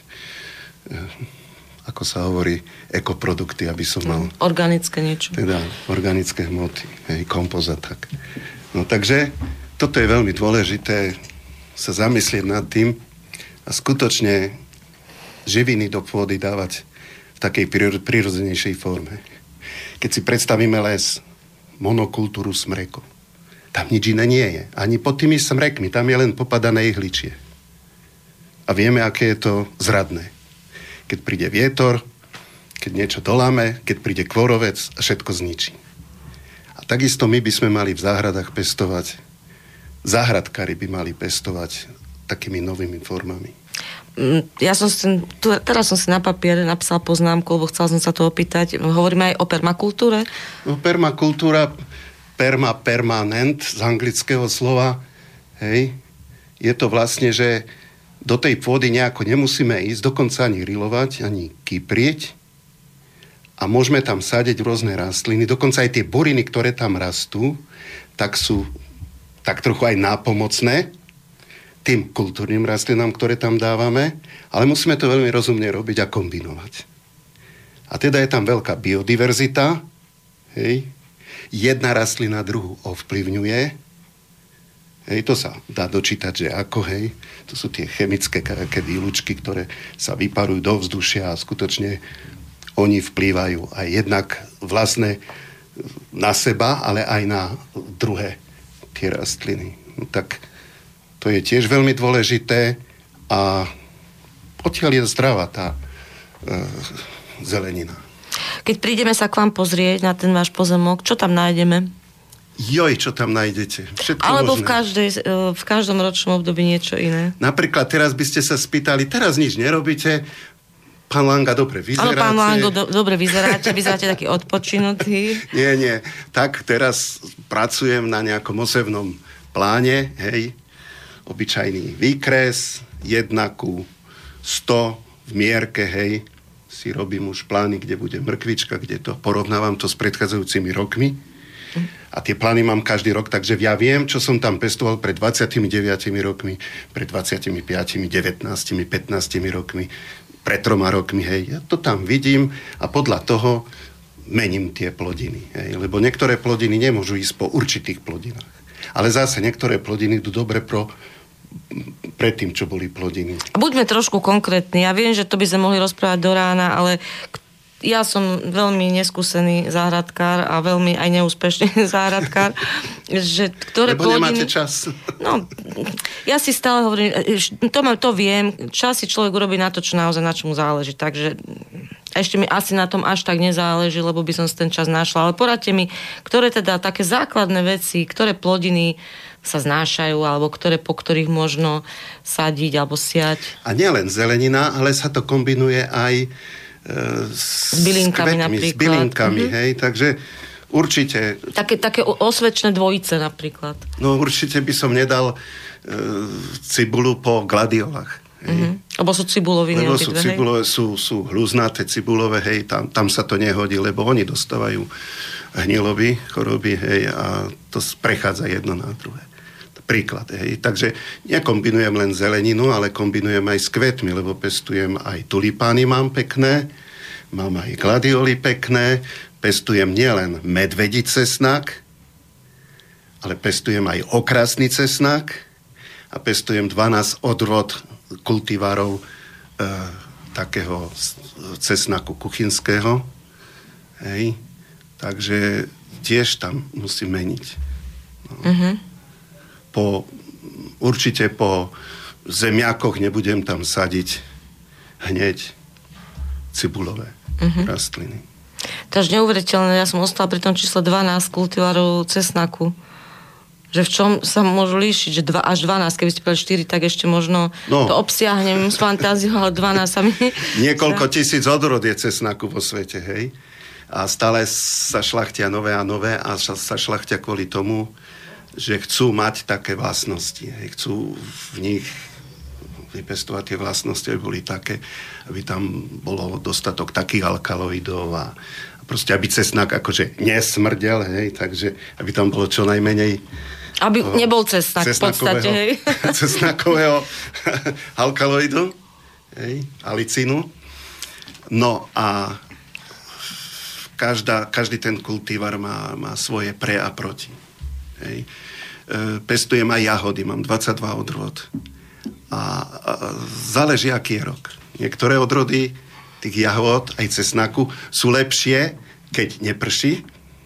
ako sa hovorí, ekoprodukty, aby som mal... Organické niečo. Teda organické hmoty, hej, kompost a tak. No takže toto je veľmi dôležité sa zamyslieť nad tým a skutočne živiny do pôdy dávať v takej prirodzenejšej forme. Keď si predstavíme les, monokultúru smrekov, tam nič iné nie je. Ani pod tými smrekmi, tam je len popadané ihličie. A vieme, aké je to zradné. Keď príde vietor, keď niečo doláme, keď príde kvorovec a všetko zničí. A takisto my by sme mali v záhradách pestovať, záhradkári by mali pestovať takými novými formami. Ja som si, tu, teraz som si na papiere napísal poznámku, lebo chcel som sa to opýtať. Hovoríme aj o permakultúre? No, permakultúra, perma, permanent z anglického slova, hej, je to vlastne, že do tej pôdy nejako nemusíme ísť, dokonca ani rilovať, ani kyprieť a môžeme tam sádiť rôzne rastliny, dokonca aj tie buriny, ktoré tam rastú, tak sú tak trochu aj nápomocné tým kultúrnym rastlinám, ktoré tam dávame, ale musíme to veľmi rozumne robiť a kombinovať. A teda je tam veľká biodiverzita, hej, jedna rastlina druhu ovplyvňuje, hej, to sa dá dočítať, že ako, hej, to sú tie chemické výlučky, ktoré sa vyparujú do vzdušia a skutočne oni vplývajú aj jednak vlastne na seba, ale aj na druhé tie rastliny. No tak to je tiež veľmi dôležité a odtiaľ je zdravá tá e, zelenina. Keď prídeme sa k vám pozrieť na ten váš pozemok, čo tam nájdeme? Joj, čo tam nájdete? Všetko Alebo možné. v, každej, v každom ročnom období niečo iné. Napríklad teraz by ste sa spýtali, teraz nič nerobíte, pán Langa, dobre vyzeráte. Áno, pán Lango, do, dobre vyzeráte, vyzeráte taký odpočinutý. Nie, nie. Tak teraz pracujem na nejakom osevnom pláne, hej, obyčajný výkres, jedna ku sto v mierke, hej, si robím už plány, kde bude mrkvička, kde to porovnávam to s predchádzajúcimi rokmi. A tie plány mám každý rok, takže ja viem, čo som tam pestoval pred dvadsiatimi deviatimi rokmi, pred dvadsiatimi piatimi, devätnástimi, pätnástimi rokmi, pred troma rokmi, hej. Ja to tam vidím a podľa toho mením tie plodiny, hej. Lebo niektoré plodiny nemôžu ísť po určitých plodinách. Ale zase niektoré plodiny idú dobre pro, pred tým, čo boli plodiny. Buďme trošku konkrétni. Ja viem, že to by sme mohli rozprávať do rána, ale ja som veľmi neskúsený záhradkár a veľmi aj neúspešný záhradkár, že ktoré Lebo plodiny... nemáte čas. No, ja si stále hovorím, to, to viem, čas si človek urobí na to, čo naozaj na čomu záleží, takže ešte mi asi na tom až tak nezáleží, lebo by som si ten čas našla, ale poradte mi, ktoré teda také základné veci, ktoré plodiny sa znášajú, alebo ktoré, po ktorých možno sadiť alebo siať. A nielen zelenina, ale sa to kombinuje aj s, s bylinkami kvetmi, napríklad. S bylinkami, mm-hmm. hej, takže určite... Také, také osvedčné dvojice napríklad. No určite by som nedal e, cibulu po gladiolách, Mm-hmm. Lebo sú cibuloviny. Lebo sú cibulové, sú, sú hľuznaté cibulové, hej, tam, tam sa to nehodí, lebo oni dostávajú hniloby, choroby, hej, a to prechádza jedno na druhé. Príklad, hej. Takže nekombinujem len zeleninu, ale kombinujem aj s kvetmi, lebo pestujem aj tulipány, mám pekné, mám aj gladioli pekné, pestujem nielen medvedí cesnak, ale pestujem aj okrasný cesnak a pestujem dvanásť odrod kultivárov e, takého cesnaku kuchynského. Hej. Takže tiež tam musím meniť. No. Mm-hmm. Po, určite po zemiakoch nebudem tam sadiť hneď cibulové mm-hmm. rastliny. To až neuveriteľné, ja som ostala pri tom čísle dvanásť kultivárov cesnaku. Že v čom sa môžu líšiť, že dva, až dvanásť, keby ste povedali štyri, tak ešte možno no. to obsiahnem s fantáziou, ale dvanásť sa mi... Niekoľko tisíc odrod je cesnaku vo svete, hej? A stále sa šlachtia nové a nové a sa šlachtia kvôli tomu, že chcú mať také vlastnosti, hej? Chcú v nich vypestovať tie vlastnosti, aby boli také, aby tam bolo dostatok takých alkaloidov a proste, aby cesnak akože nesmrdel, hej? Takže aby tam bolo čo najmenej aby toho, nebol cesnak v podstate, hej. Cesnakového alkaloidu, hej, alicínu. No a každá, každý ten kultívar má, má svoje pre a proti. Hej. E, pestujem aj jahody, mám dvadsaťdva odrôd. A, a záleží, aký je rok. Niektoré odrody tých jahod, aj cesnaku, sú lepšie, keď neprší.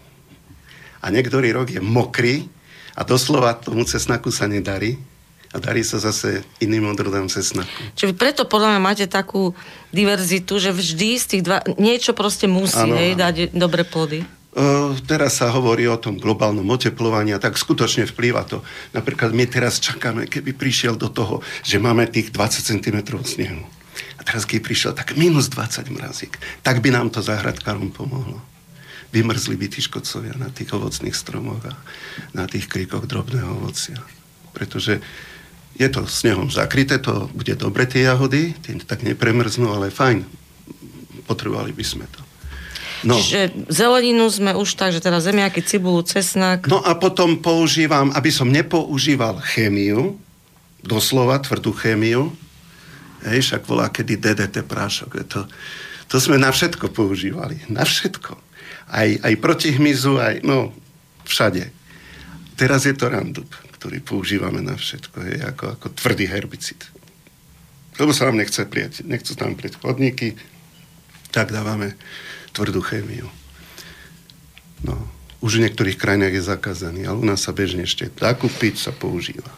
A niektorý rok je mokrý, a doslova tomu cesnaku sa nedarí a darí sa zase iným odrodom cesnaku. Čiže preto podľa mňa máte takú diverzitu, že vždy z tých dva, niečo proste musí, ano, hej, dať dobre plody. Uh, teraz sa hovorí o tom globálnom oteplovaní a tak skutočne vplýva to. Napríklad my teraz čakáme, keby prišiel do toho, že máme tých dvadsať centimetrov snehu. A teraz keď prišiel tak minus dvadsať mrazík, tak by nám to záhradkárom pomohlo. Vymrzli by tí škodcovia na tých ovocných stromoch a na tých kríkoch drobného ovocia. Pretože je to snehom zakryté, to bude dobre tie jahody, tie tak nepremrznú, ale fajn, potrebovali by sme to. No. Čiže zeleninu sme už tak, že teda zemiaky, cibulu, cesnak. No a potom používam, aby som nepoužíval chémiu, doslova tvrdú chémiu, hej, však volá kedy dé dé té prášok, to, to sme na všetko používali, na všetko. Aj, aj proti hmyzu, aj, no, všade. Teraz je to Roundup, ktorý používame na všetko, je ako, ako tvrdý herbicid. Lebo sa nám nechce prijať, nechcú tam prieť chodníky, tak dávame tvrdú chémiu. No, už v niektorých krajinách je zakázaný, ale u nás sa bežne ešte dá kúpiť, sa používa.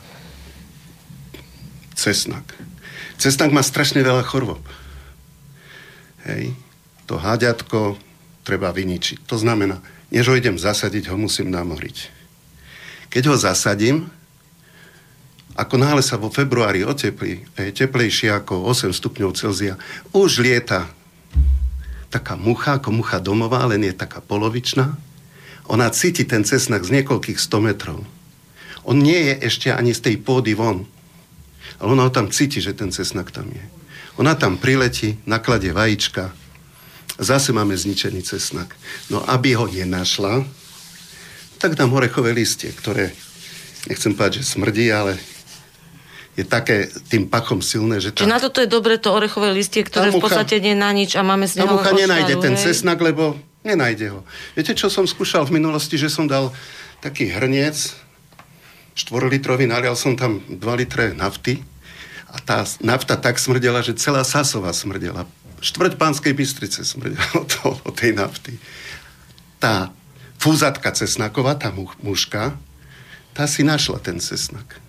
Cesnak. Cesnak má strašne veľa chorôb. Hej, to háďatko treba vyničiť. To znamená, než ho idem zasadiť, ho musím namoriť. Keď ho zasadím, ako náhle sa vo februári oteplí, je teplejšie ako osem stupňov Celzia, už lieta taká mucha, ako mucha domová, len je taká polovičná. Ona cíti ten cesnak z niekoľkých sto metrov. On nie je ešte ani z tej pôdy von. Ale ona ho tam cíti, že ten cesnak tam je. Ona tam priletí, nakladie vajíčka. Zase máme zničený cesnak. No aby ho nenašla, tak dám orechové listie, ktoré, nechcem povedať, že smrdí, ale je také tým pachom silné, že... Čiže tá... na toto je dobre to orechové listie, ktoré mucha, v podstate nie na nič a máme z neho... Tá mucha nenájde ten cesnak, lebo nenájde ho. Viete, čo som skúšal v minulosti, že som dal taký hrniec štvorlitrový, nalial som tam dva litre nafty a tá nafta tak smrdela, že celá Sasova smrdela. Štvrť Banskej Bystrice smrdela od, od tej nafty. Tá fúzatka cesnaková, tá muška, tá si našla ten cesnak.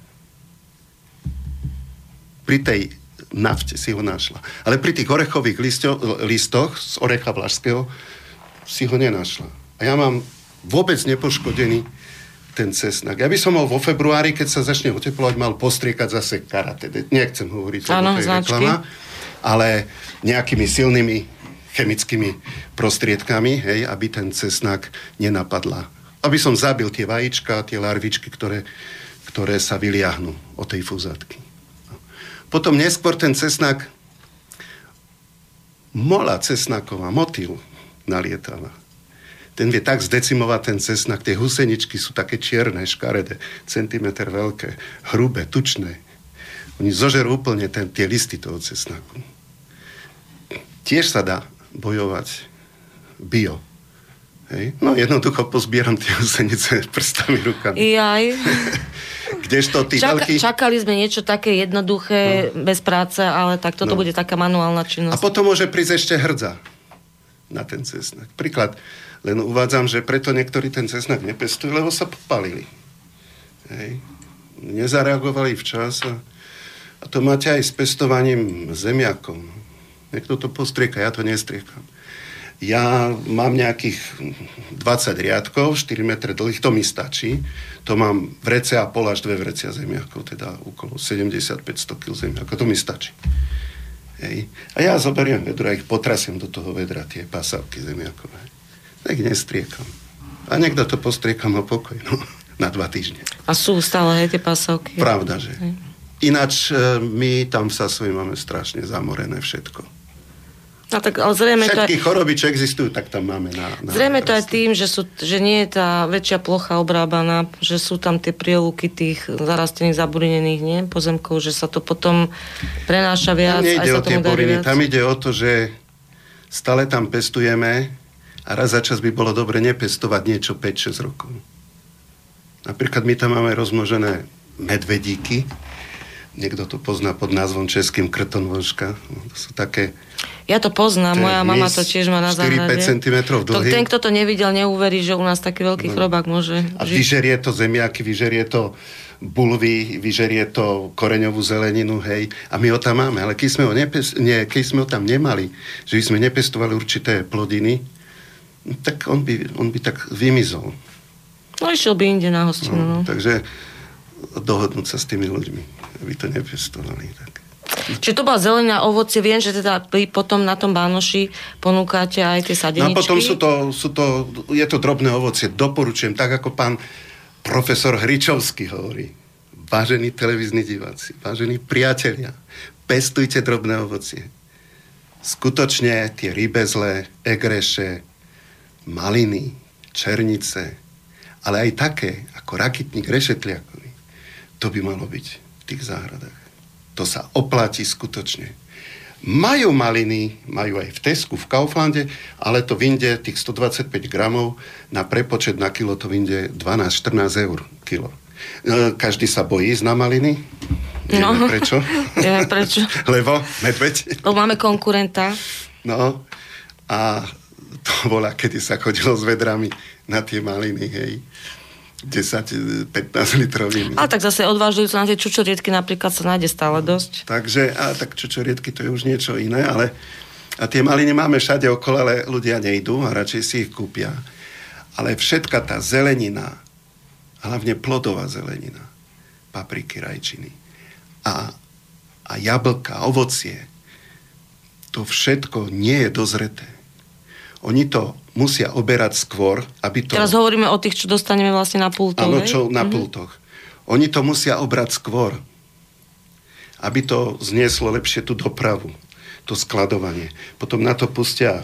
Pri tej nafte si ho našla. Ale pri tých orechových listo, listoch z orecha vlašského si ho nenašla. A ja mám vôbec nepoškodený ten cesnak. Ja by som mal vo februári, keď sa začne oteplovať, mal postriekať zase karate. Nechcem hovoriť o tej reklama, ale nejakými silnými chemickými prostriedkami, hej, aby ten cesnak nenapadla. Aby som zabil tie vajíčka, tie larvičky, ktoré, ktoré sa vyliahnú od tej fúzatky. Potom neskôr ten cesnak, mola cesnaková, motýl nalietala. Ten vie tak zdecimovať ten cesnak, tie huseničky sú také čierne, škaredé, centimeter veľké, hrubé, tučné. Oni zožerú úplne ten, tie listy toho cesnaku. Tiež sa dá bojovať bio. Hej? No jednoducho pozbieram tie husenice prstami, rukami. Jaj. Kdežto tí Čaka, veľkí... Čakali sme niečo také jednoduché, no. bez práce, ale tak toto no. bude taká manuálna činnosť. A potom môže prísť ešte hrdza na ten cesnak. Príklad, len uvádzam, že preto niektorí ten cesnak nepestujú, lebo sa popalili. Hej. Nezareagovali včas a, a to máte aj s pestovaním zemiakov. Niekto to postrieka, ja to nestriekam. Ja mám nejakých dvadsať riadkov, štyri metre dlhých, to mi stačí. To mám vrece a pol až dve vrecia zemiakov, teda okolo sedemdesiatpäť až sto kilogramov zemiakov, to mi stačí. Hej. A ja zoberiem vedro a ich potrasiem do toho vedra, tie pasávky zemiakové. Tak nestriekam. A niekto to postriekam o pokoj, no, na dva týždne. A sú stále aj tie pasávky? Pravda, že. Hej. Ináč my tam v Sasovi máme strašne zamorené všetko. No, tak, ale zrejme Všetky to aj... choroby, čo existujú, tak tam máme na... na zrejme to aj tým, že, sú, že nie je tá väčšia plocha obrábaná, že sú tam tie prielúky tých zarastených, zaburinených, nie? Pozemkov, že sa to potom prenáša viac. Tam nejde aj sa o tie buriny, viac. tam ide o to, že stále tam pestujeme a raz za čas by bolo dobre nepestovať niečo päť šesť rokov. Napríklad my tam máme rozmnožené medvedíky, niekto to pozná pod názvom českým krtonvožka. To sú také... Ja to poznám, moja mama to tiež má na záhrade. štyri päť centimetrov dlhý. Ten, kto to nevidel, neuverí, že u nás taký veľký no. chrobák môže A žiť. vyžerie to zemiaky, vyžerie to bulvy, vyžerie to koreňovú zeleninu, hej. A my ho tam máme. Ale keď sme ho, nepes- nie, keď sme ho tam nemali, že by sme nepestovali určité plodiny, tak on by, on by tak vymizol. No išiel by inde na hostinu. No, no. Takže dohodnúť sa s tými ľuďmi, aby to nepestovali. Tak. Čiže to bola zelenina, ovocie. Viem, že teda vy potom na tom Bánoši ponúkate aj tie sadeničky. No a potom sú to, sú to, je to drobné ovocie. Doporučujem, tak ako pán profesor Hričovský hovorí. Vážení televízni diváci, vážení priatelia, pestujte drobné ovocie. Skutočne tie rybezle, egreše, maliny, černice, ale aj také, ako rakitník rešetliakový, to by malo byť v tých záhradách. To sa oplatí skutočne. Majú maliny, majú aj v Tesku, v Kauflande, ale to vyjde tých stodvadsaťpäť gramov, na prepočet na kilo to vyjde dvanásť štrnásť eur kilo. Každý sa bojí ísť na maliny. No. Vieme prečo? Vieme prečo. Lebo medveď. Lebo máme konkurenta. No. A to bola, kedy sa chodilo s vedrami na tie maliny, hej. desať pätnásť litrovými. Ale tak zase odvážujúco na tie čučoriedky napríklad sa nájde stále dosť. Takže, a tak čučoriedky to je už niečo iné, ale a tie maliny máme všade okolo, ale ľudia nejdú a radšej si ich kúpia. Ale všetka tá zelenina, hlavne plodová zelenina, papriky, rajčiny a, a jablka, ovocie, to všetko nie je dozreté. Oni to musia oberať skôr, aby to... Teraz hovoríme o tých, čo dostaneme vlastne na pultoch. Áno, čo na mm-hmm. pultoch. Oni to musia obrať skôr, aby to znieslo lepšie tú dopravu, to skladovanie. Potom na to pustia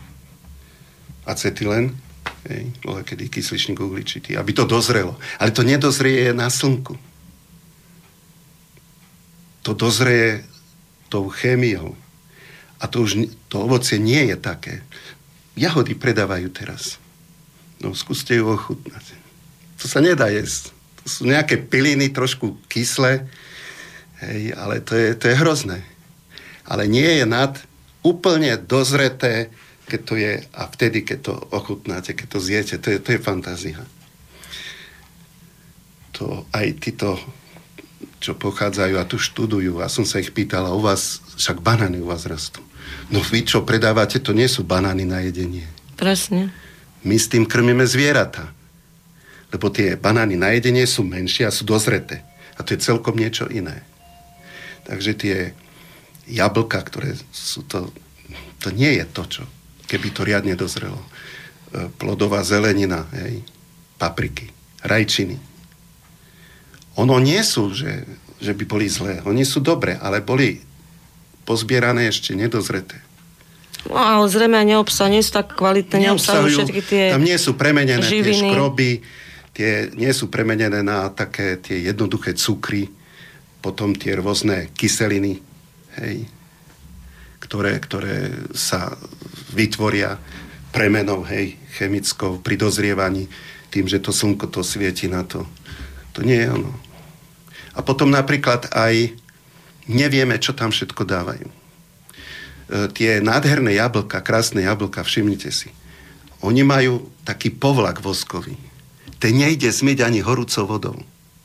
acetylen, hej, kedy kysličník uhličitý, aby to dozrelo. Ale to nedozrie na slnku. To dozrie tou chémiou. A to už to ovocie nie je také. Jahody predávajú teraz. No, skúste ju ochutnať. To sa nedá jesť. To sú nejaké piliny, trošku kyslé, hej, ale to je, to je hrozné. Ale nie je nad úplne dozreté, keď to je, a vtedy, keď to ochutnáte, keď to zjete, to je, to je fantázia. To aj títo, čo pochádzajú a tu študujú, a som sa ich pýtala, u vás, však banány u vás rastú. No vy, čo predávate, to nie sú banány na jedenie. Presne. My s tým krmíme zvieratá. Lebo tie banány na jedenie sú menšie a sú dozreté. A to je celkom niečo iné. Takže tie jablka, ktoré sú to... To nie je to, čo... Keby to riadne dozrelo. Plodová zelenina, hej, papriky, rajčiny. Ono nie sú, že, že by boli zlé. Oni sú dobré, ale boli pozbierané ešte nedozreté. No ale zrejme aj neobsahujú, nie sú tak kvalitné, neobsahujú všetky tie tam nie sú premenené živiny. Tie škroby, tie nie sú premenené na také tie jednoduché cukry, potom tie rôzne kyseliny, hej, ktoré, ktoré sa vytvoria premenou, hej, chemickou pri dozrievaní, tým, že to slnko to svieti na to. To nie je ono. A potom napríklad aj nevieme, čo tam všetko dávajú. E, tie nádherné jablka, krásne jablka, všimnite si. Oni majú taký povlak voskový. Ten nejde zmyť ani horúcou vodou.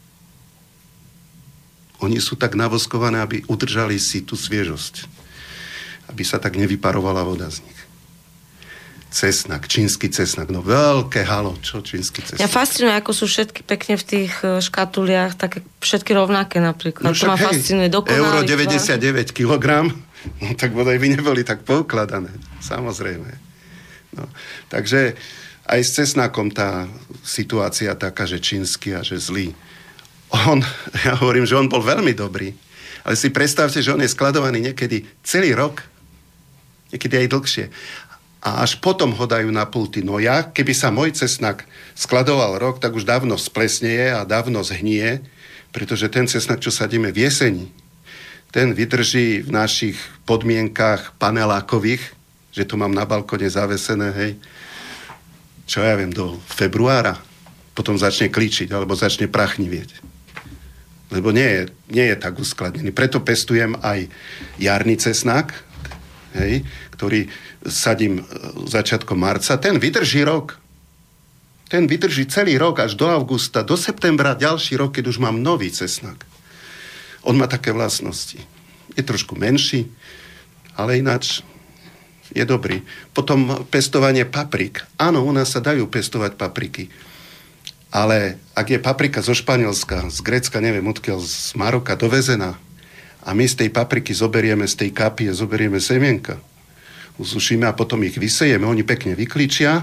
Oni sú tak navoskované, aby udržali si tú sviežosť. Aby sa tak nevyparovala voda z nich. Cesnak, čínsky cesnak, no veľké halo, čo čínsky cesnak. Mňa fascinuje, ako sú všetky pekne v tých škatuliach, také všetky rovnaké napríklad. No to ma fascinuje, dokonalý. Euro deväťdesiatdeväť kilogramov, no tak bodaj by neboli tak poukladané, samozrejme. No, takže aj s cesnakom tá situácia taká, že čínsky a že zlý. On, ja hovorím, že on bol veľmi dobrý, ale si predstavte, že on je skladovaný niekedy celý rok, niekedy aj dlhšie. A až potom ho dajú na pulty. No ja, keby sa môj cesnak skladoval rok, tak už dávno splesnieje a dávno zhnie, pretože ten cesnak, čo sadíme v jeseni, ten vydrží v našich podmienkách panelákových, že to mám na balkone zavesené, hej, čo ja viem, do februára. Potom začne klíčiť, alebo začne prachnivieť. Lebo nie je, nie je tak uskladnený. Preto pestujem aj jarný cesnak, hej, ktorý sadím začiatkom marca, ten vydrží rok. Ten vydrží celý rok až do augusta, do septembra, ďalší rok, keď už mám nový cesnak. On má také vlastnosti. Je trošku menší, ale ináč je dobrý. Potom pestovanie paprik. Áno, u nás sa dajú pestovať papriky. Ale ak je paprika zo Španielska, z Grécka, neviem odkiaľ, z Maroka dovezená a my z tej papriky zoberieme, z tej kapie zoberieme semienka, usušíme a potom ich vysejeme, oni pekne vyklíčia,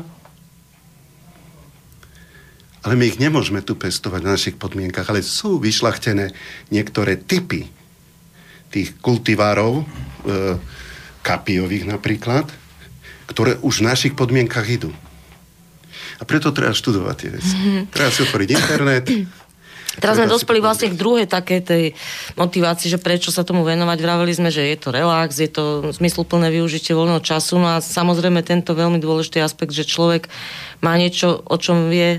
ale my ich nemôžeme tu pestovať v našich podmienkach, ale sú vyšľachtené niektoré typy tých kultivárov, e, kapiových napríklad, ktoré už v našich podmienkach idú. A preto treba študovať tie veci. Mm-hmm. Treba si otvoriť internet. Teraz sme dospeli vlastne k druhej takej tej motivácii, že prečo sa tomu venovať. Vraveli sme, že je to relax, je to zmysluplné využitie voľného času. No a samozrejme tento veľmi dôležitý aspekt, že človek má niečo, o čom vie,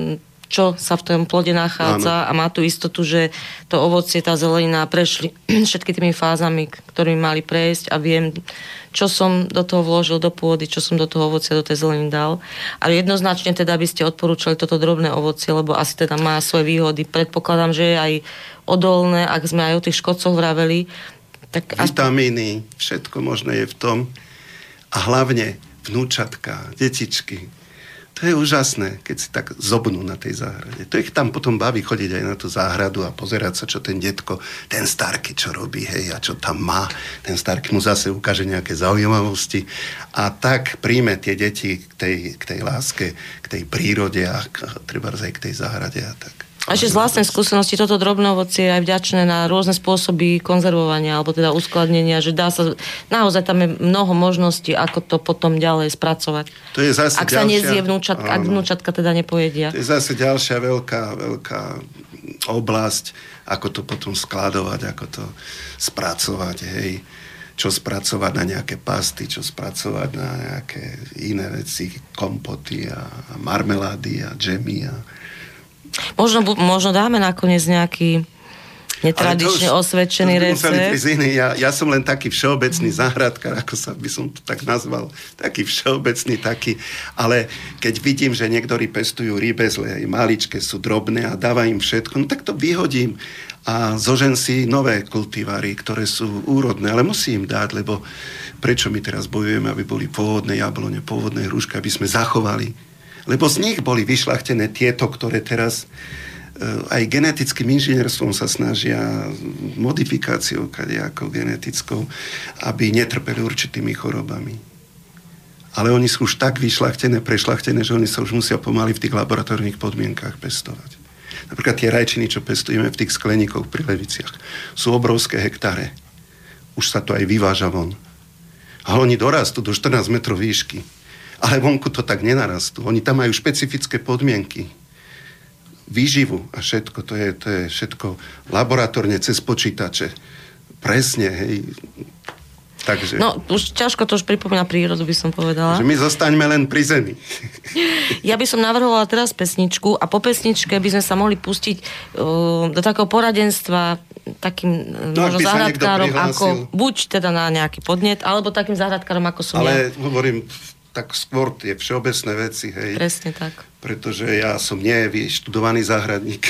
čo sa v tom plode nachádza. Áno. A má tú istotu, že to ovocie, tá zelenina prešli všetky tými fázami, ktorými mali prejsť a viem, čo som do toho vložil do pôdy, čo som do toho ovocia, do tej zeleniny dal. Ale jednoznačne teda by ste odporúčali toto drobné ovocie, lebo asi teda má svoje výhody. Predpokladám, že je aj odolné, ak sme aj o tých škodcoch vraveli. Tak vitamíny, všetko možné je v tom. A hlavne vnúčatka, detičky. To je úžasné, keď si tak zobnú na tej záhrade. To ich tam potom baví chodiť aj na tú záhradu a pozerať sa, čo ten detko, ten starky, čo robí, hej, a čo tam má. Ten starky mu zase ukáže nejaké zaujímavosti. A tak príjme tie deti k tej, k tej láske, k tej prírode a treba aj k tej záhrade a tak. A ešte z vlastnej skúsenosti toto drobné ovocie je aj vďačné na rôzne spôsoby konzervovania alebo teda uskladnenia, že dá sa, naozaj tam je mnoho možností, ako to potom ďalej spracovať. To je zase ak ďalšia, sa nezie vnúčatka, ak vnúčatka teda nepojedia. To je zase ďalšia veľká, veľká oblasť, ako to potom skladovať, ako to spracovať, hej. Čo spracovať na nejaké pasty, čo spracovať na nejaké iné veci, kompoty a, a marmelády a džemy a Možno, možno dáme nakoniec nejaký netradične už, osvedčený recept. Ja, ja som len taký všeobecný záhradkár, ako sa by som to tak nazval. Taký všeobecný, taký. Ale keď vidím, že niektorí pestujú rýbezle, maličké, sú drobné a dávajú im všetko, no tak to vyhodím a zožen si nové kultivary, ktoré sú úrodné, ale musím im dať, lebo prečo my teraz bojujeme, aby boli pôvodné jablone, pôvodné hrušky, aby sme zachovali. Lebo z nich boli vyšľachtené tieto, ktoré teraz aj genetickým inžinierstvom sa snažia modifikáciou kadejakou genetickou, aby netrpeli určitými chorobami. Ale oni sú už tak vyšľachtené, prešľachtené, že oni sa už musia pomaly v tých laboratórnych podmienkách pestovať. Napríklad tie rajčiny, čo pestujeme v tých skleníkoch pri Leviciach, sú obrovské hektáre. Už sa to aj vyváža von. Ale oni dorastú do štrnásť metrov výšky. Ale vonku to tak nenarastú. Oni tam majú špecifické podmienky. Výživu a všetko. To je, to je všetko laboratórne cez počítače. Presne, hej. Takže, no, už ťažko to už pripomína prírodu, by som povedala. Že my zostaňme len pri zemi. Ja by som navrhovala teraz pesničku a po pesničke by sme sa mohli pustiť uh, do takého poradenstva takým no, možno záhradkárom, ako buď teda na nejaký podnet, alebo takým záhradkárom, ako som Ale ja. Ale hovorím, tak skôr tie všeobecné veci, hej. Presne tak. Pretože ja som nie vyštudovaný záhradník.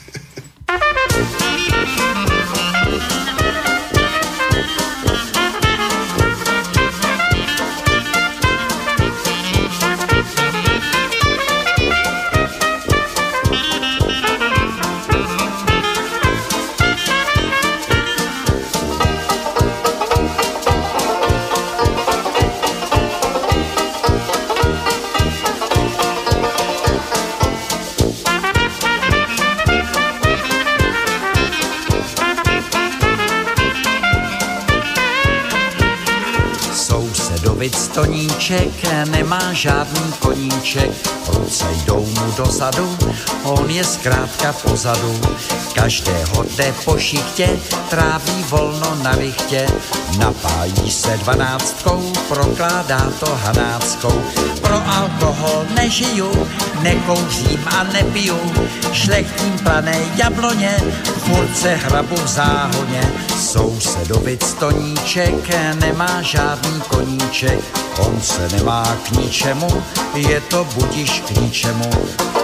Stoníček nemá žádný koníček, ruce jdou mu dozadu, on je zkrátka pozadu. Každého jde po šichtě, tráví volno na lichtě, napájí se dvanáctkou, prokládá to hanáckou. Pro alkohol nežiju, nekouřím a nepiju, šlechtím plané jabloně, furt se hrabu v záhoně. Sousedovic Stoníček nemá žádný koníček, on se nemá k ničemu, je to budiš k ničemu.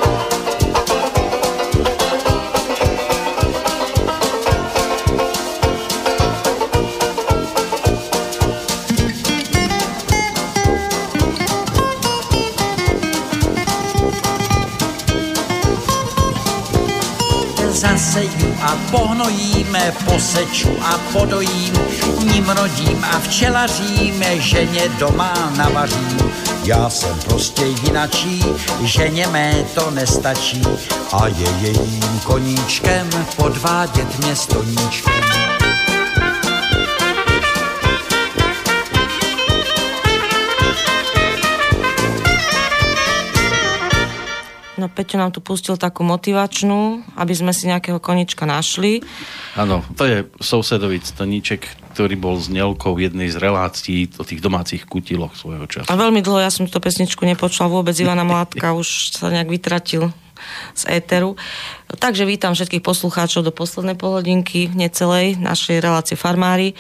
Zaseju a pohnojím, poseču a podojím, ním rodím a včelařím, ženě doma navařím. Já jsem prostě jinačí, ženě mé to nestačí a je jejím koníčkem podvádět mě Stoníčkem. No Peťo nám tu pustil takú motivačnú, aby sme si nejakého konička našli. Áno, to je sousedový Stoníček, ktorý bol znelkou jednej z relácií o tých domácich kutiloch svojho času. A veľmi dlho ja som túto pesničku nepočula vôbec, Ivana Mládka už sa nejak vytratil z éteru. Takže vítam všetkých poslucháčov do poslednej polhodinky, necelej našej relácie Farmári.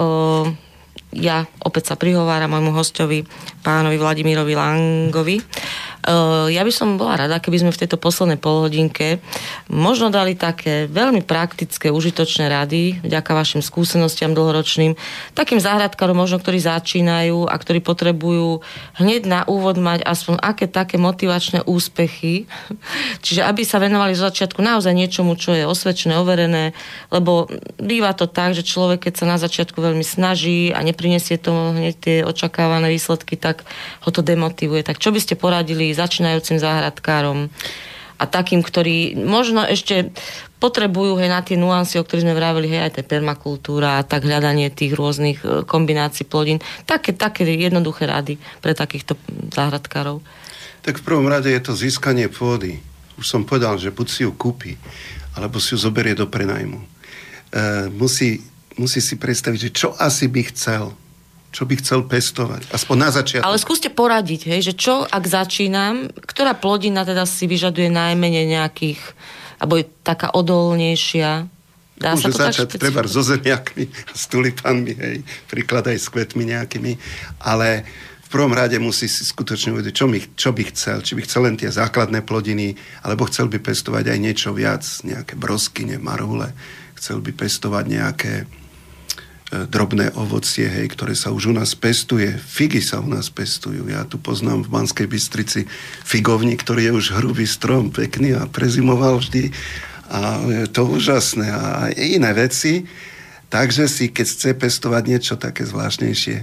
Ja opäť sa prihováram môjmu hostovi, pánovi Vladimírovi Langovi. Ja by som bola rada, keby sme v tejto poslednej polhodinke možno dali také veľmi praktické, užitočné rady, vďaka vašim skúsenostiam dlhoročným, takým záhradkárom možno, ktorí začínajú a ktorí potrebujú hneď na úvod mať aspoň aké také motivačné úspechy. Čiže aby sa venovali zo začiatku naozaj niečomu, čo je osvedčené, overené, lebo býva to tak, že človek, keď sa na začiatku veľmi snaží a neprinesie to hneď tie očakávané výsledky, tak ho to demotivuje. Tak čo by ste poradili začínajúcim záhradkárom a takým, ktorí možno ešte potrebujú hej, na tie nuancy, o ktorých sme vraveli, hej, aj tá permakultúra a tak hľadanie tých rôznych kombinácií plodín. Také, také jednoduché rady pre takýchto záhradkárov. Tak v prvom rade je to získanie pôdy. Už som povedal, že buď si ju kúpi, alebo si ju zoberie do prenajmu. E, musí, musí si predstaviť, že čo asi by chcel. Čo by chcel pestovať. Aspoň na začiatku. Ale skúste poradiť, hej, že čo, ak začínam, ktorá plodina teda si vyžaduje najmenej nejakých, alebo je taká odolnejšia. Dá Môže sa to začať tak treba so zemiakmi, s tulipánmi, hej, príklad aj s kvetmi nejakými, ale v prvom rade musí si skutočne uvedieť, čo, mi, čo by chcel. Či by chcel len tie základné plodiny, alebo chcel by pestovať aj niečo viac, nejaké broskyne, marhule, chcel by pestovať nejaké drobné ovocie, hej, ktoré sa už u nás pestuje. Figy sa u nás pestujú. Ja tu poznám v Banskej Bystrici figovník, ktorý je už hrubý strom, pekný a prezimoval vždy. A je to úžasné. A iné veci. Takže si, keď chce pestovať niečo také zvláštnejšie,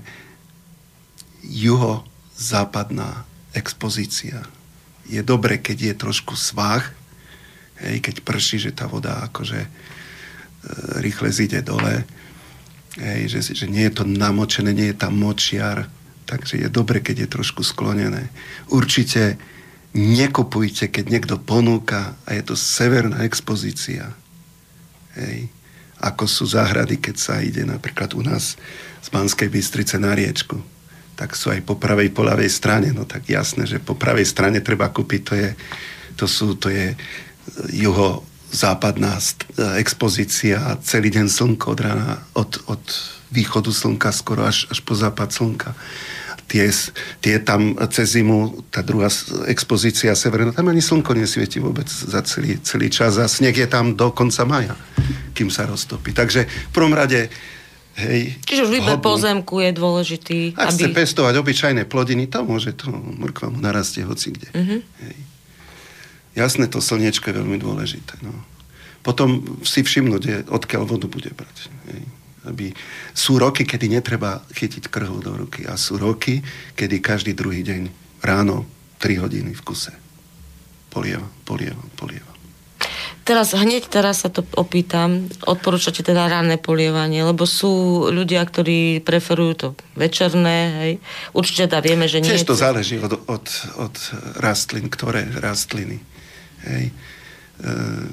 juho-západná expozícia. Je dobre, keď je trošku svah, Hej, keď prší, že tá voda akože e, rýchle zíde dole. Hej, že, že nie je to namočené, nie je tam močiar. Takže je dobre, keď je trošku sklonené. Určite nekupujte, keď niekto ponúka a je to severná expozícia. Hej. Ako sú záhrady, keď sa ide napríklad u nás z Banskej Bystrice na riečku. Tak sú aj po pravej, po ľavej strane. No tak jasné, že po pravej strane treba kúpiť. To je, to sú, to je juho-západná expozícia a celý deň slnko od rána, od, od východu slnka skoro až, až po západ slnka. Tie, tie tam cez zimu, tá druhá expozícia severná, tam ani slnko nesvieti vôbec za celý, celý čas a sneh je tam do konca maja, kým sa roztopí. Takže v prvom rade hej, čiže už výber pozemku je dôležitý. Ak aby... chce pestovať obyčajné plodiny, to môže, to mrkva mu narastie hoci kde. Uh-huh. Hej. Jasné, to slniečko je veľmi dôležité. No. Potom si všimnúť, odkiaľ vodu bude brať. Hej. Aby... Sú roky, kedy netreba chytiť krhu do ruky a sú roky, kedy každý druhý deň ráno tri hodiny v kuse polievam, polievam, polievam. Teraz, hneď teraz sa to opýtam, odporúčate teda ranné polievanie, lebo sú ľudia, ktorí preferujú to večerné, hej. Určite teda vieme, že nie. Tiež to záleží od, od, od rastlín, ktoré rastliny. Hej. E,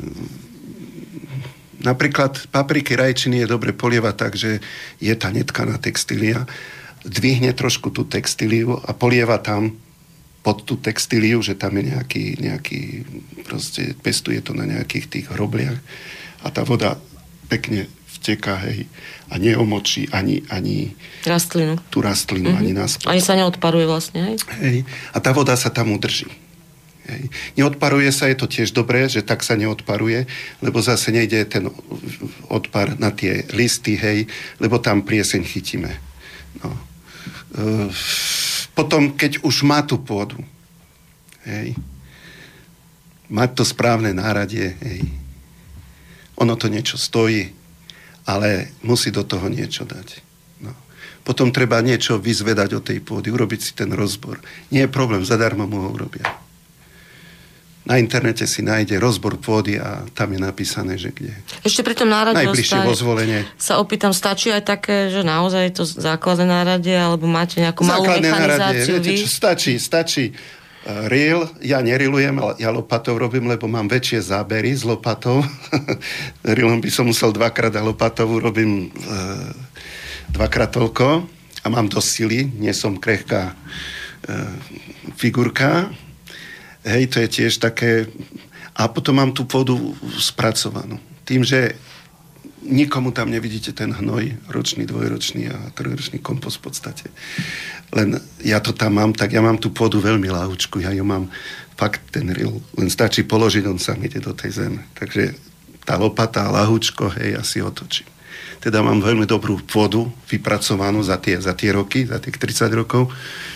napríklad papriky, rajčiny je dobre polievať tak, že je tá netkaná textília, dvihne trošku tú textíliu a polieva tam pod tú textíliu, že tam je nejaký, nejaký proste pestuje to na nejakých tých hrobliach a tá voda pekne vteká, hej, a neomočí ani, ani rastlinu. tú rastlinu, mm-hmm. ani nás. Ani sa neodparuje vlastne, hej? Hej, a tá voda sa tam udrží. Hej. Neodparuje sa, je to tiež dobré, že tak sa neodparuje, lebo zase nejde ten odpar na tie listy, hej, lebo tam prieseň chytíme. No. E, potom, keď už má tú pôdu, hej, mať to správne náradie, hej, ono to niečo stojí, ale musí do toho niečo dať. No. Potom treba niečo vyzvedať od tej pôdy, urobiť si ten rozbor. Nie je problém, zadarmo mu ho urobia. Na internete si nájde rozbor pôdy a tam je napísané, že kde. Ešte pri tom nárade najbližšie vo zvolenie. Sa opýtam, stačí aj také, že naozaj je to základné nárade, alebo máte nejakú malú základné mechanizáciu? Nárade, viete čo, stačí, stačí uh, reel, ja nerilujem, ale ja lopatou robím, lebo mám väčšie zábery s lopatou. Reelom by som musel dvakrát a lopatou robím uh, dvakrát toľko a mám dosť sily, nie som krehká uh, figurka. Hej, to je tiež také... A potom mám tú pôdu spracovanú. Tým, že nikomu tam nevidíte ten hnoj, ročný, dvojročný a trojročný kompost v podstate. Len ja to tam mám, tak ja mám tú pôdu veľmi ľahučku. Ja ju mám fakt ten ril. Len stačí položiť, on sám ide do tej zeme. Takže tá lopata a ľahučko, hej, ja si otočím. Teda mám veľmi dobrú pôdu vypracovanú za tie, za tie roky, za tých tridsať rokov.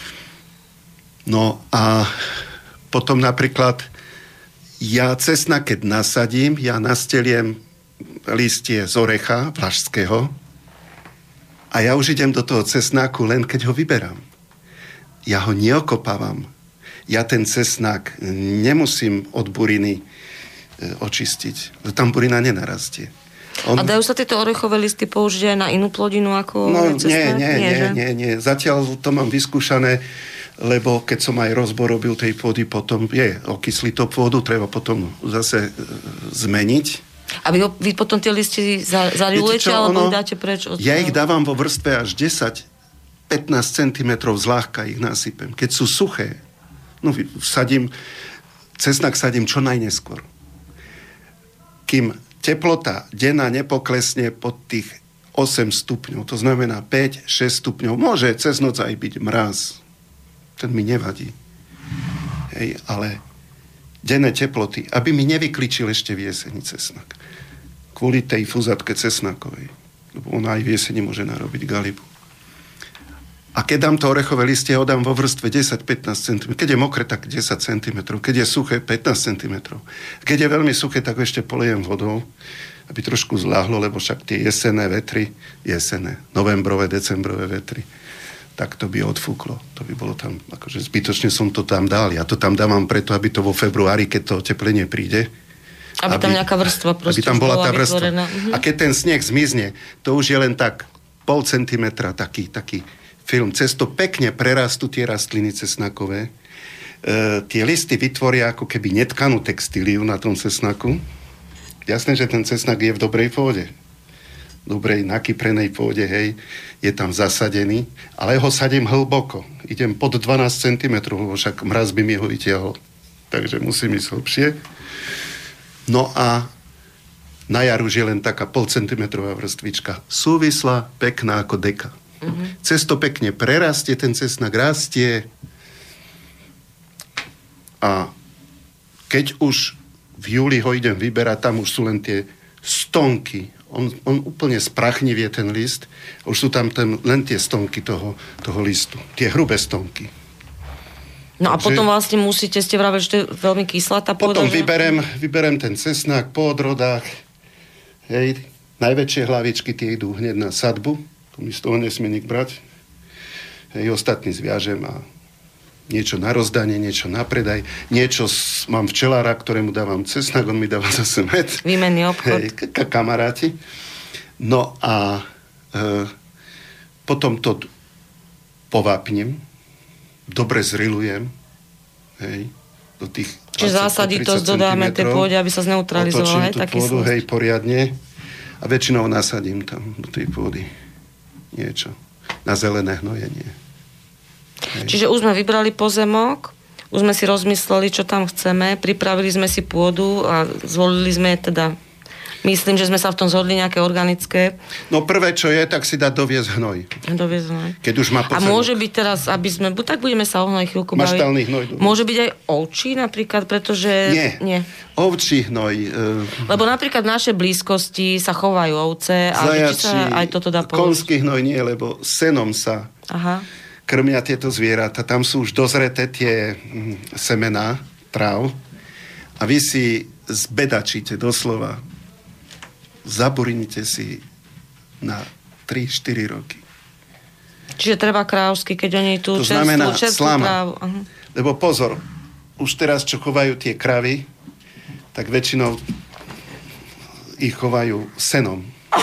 No a potom napríklad ja cesna, keď nasadím, ja nasteliem listie z orecha vlašského a ja už idem do toho cesnáku len keď ho vyberám. Ja ho neokopávam. Ja ten cesnák nemusím od buriny e, očistiť. Tam burina nenarastie. On... A dajú sa tieto orechové listy použiť aj na inú plodinu ako no, cesnák? Nie, nie, nie, nie, nie, nie. Zatiaľ to mám vyskúšané, lebo keď som aj rozbor robil tej pôdy, potom je okysliť to pôdu, treba potom zase zmeniť. A vy, vy potom tie listy zarilujete, alebo ich dáte preč? Od... Ja ich dávam vo vrstve až desať až pätnásť centimetrov zľahka ich nasypem. Keď sú suché, no sadím, cesnak sadím čo najneskôr. Kým teplota denná nepoklesne pod tých osem stupňov, to znamená päť až šesť stupňov, môže cez noc aj byť mráz. Ten mi nevadí. Hej, ale denné teploty, aby mi nevykličil ešte v jeseni cesnak. Kvôli tej fuzatke cesnakovej. Lebo ona aj v jeseni môže narobiť galibu. A keď dám to orechové listie, ho dám vo vrstve desať až pätnásť centimetrov. Keď je mokré, tak desať centimetrov. Keď je suché, pätnásť centimetrov. Keď je veľmi suché, tak ešte polijem vodou, aby trošku zľahlo, lebo však tie jesenné vetry, jesenné, novembrové, decembrové vetry, tak to by odfúklo. To by bolo tam, akože zbytočne som to tam dal. Ja to tam dávam preto, aby to vo februári, keď to oteplenie príde, Aby, aby tam nejaká vrstva proste aby tam bola, bola tá vrstva. Uh-huh. A keď ten sneh zmizne, to už je len tak pol centimetra taký, taký film. Cez to pekne prerastú tie rastliny cesnakové. E, tie listy vytvoria ako keby netkanú textíliu na tom cesnaku. Jasné, že ten cesnak je v dobrej pôde. Dobrej nakyprenej pôde, hej. Je tam zasadený, ale ho sadím hlboko. Idem pod dvanásť centimetrov, lebo však mraz by mi ho vytiahol. Takže musím ísť hlbšie. No a na jar už je len taká polcentimetrová vrstvička. Súvislá, pekná ako deka. Mm-hmm. Cez to pekne prerastie, ten cesnak rastie. A keď už v júli ho idem vyberať, tam už sú len tie stonky. On, on úplne sprachnivie ten list. Už sú tam ten, len tie stonky toho, toho listu. Tie hrubé stonky. No a potom vlastne musíte, ste vravili, že to je veľmi kyslá tá pôda. Potom že? vyberem, vyberem ten cesnak po odrodách. Hej, najväčšie hlavičky tie idú hneď na sadbu. To mi z toho nesmie nik brať. Hej, ostatní zviažem a niečo na rozdanie, niečo na predaj. Niečo s, mám včelára, ktorému dávam cesnak, on mi dáva zase med. Výmenný obchod. Hej, k- k- kamaráti. No a e, potom to povápnem, dobre zrilujem, hej, do tých čiže zásady to dodáme tej pôde, aby sa zneutralizovala, hej, taký pôdu, hej, poriadne a väčšinou nasadím tam do tej pôdy niečo na zelené hnojenie. Hej. Čiže už sme vybrali pozemok, už sme si rozmysleli, čo tam chceme, pripravili sme si pôdu a zvolili sme teda, myslím, že sme sa v tom zhodli nejaké organické. No prvé, čo je, tak si dať doviesť hnoj. Doviesť hnoj. Keď už má pozemok. A môže byť teraz, aby sme, tak budeme sa o hnoj chvíľku baviť. Maštálny hnoj. Doviesť. Môže byť aj ovčí napríklad, pretože... Nie. Nie. Ovčí hnoj. E... Lebo napríklad v našej blízkosti sa chovajú ovce a zajačí, či sa aj toto dá použiť. Konský hnoj nie, lebo senom sa Aha. krmia tieto zvieratá. Tam sú už dozreté tie hm, semená, tráv a vy si zbedačíte doslova. Zaburinite si na tri štyri roky. Čiže treba krávsky, keď oni tú to čerstvú, znamená čerstvú slama. krávu. Uh-huh. Lebo pozor, už teraz, čo chovajú tie kravy, tak väčšinou ich chovajú senom.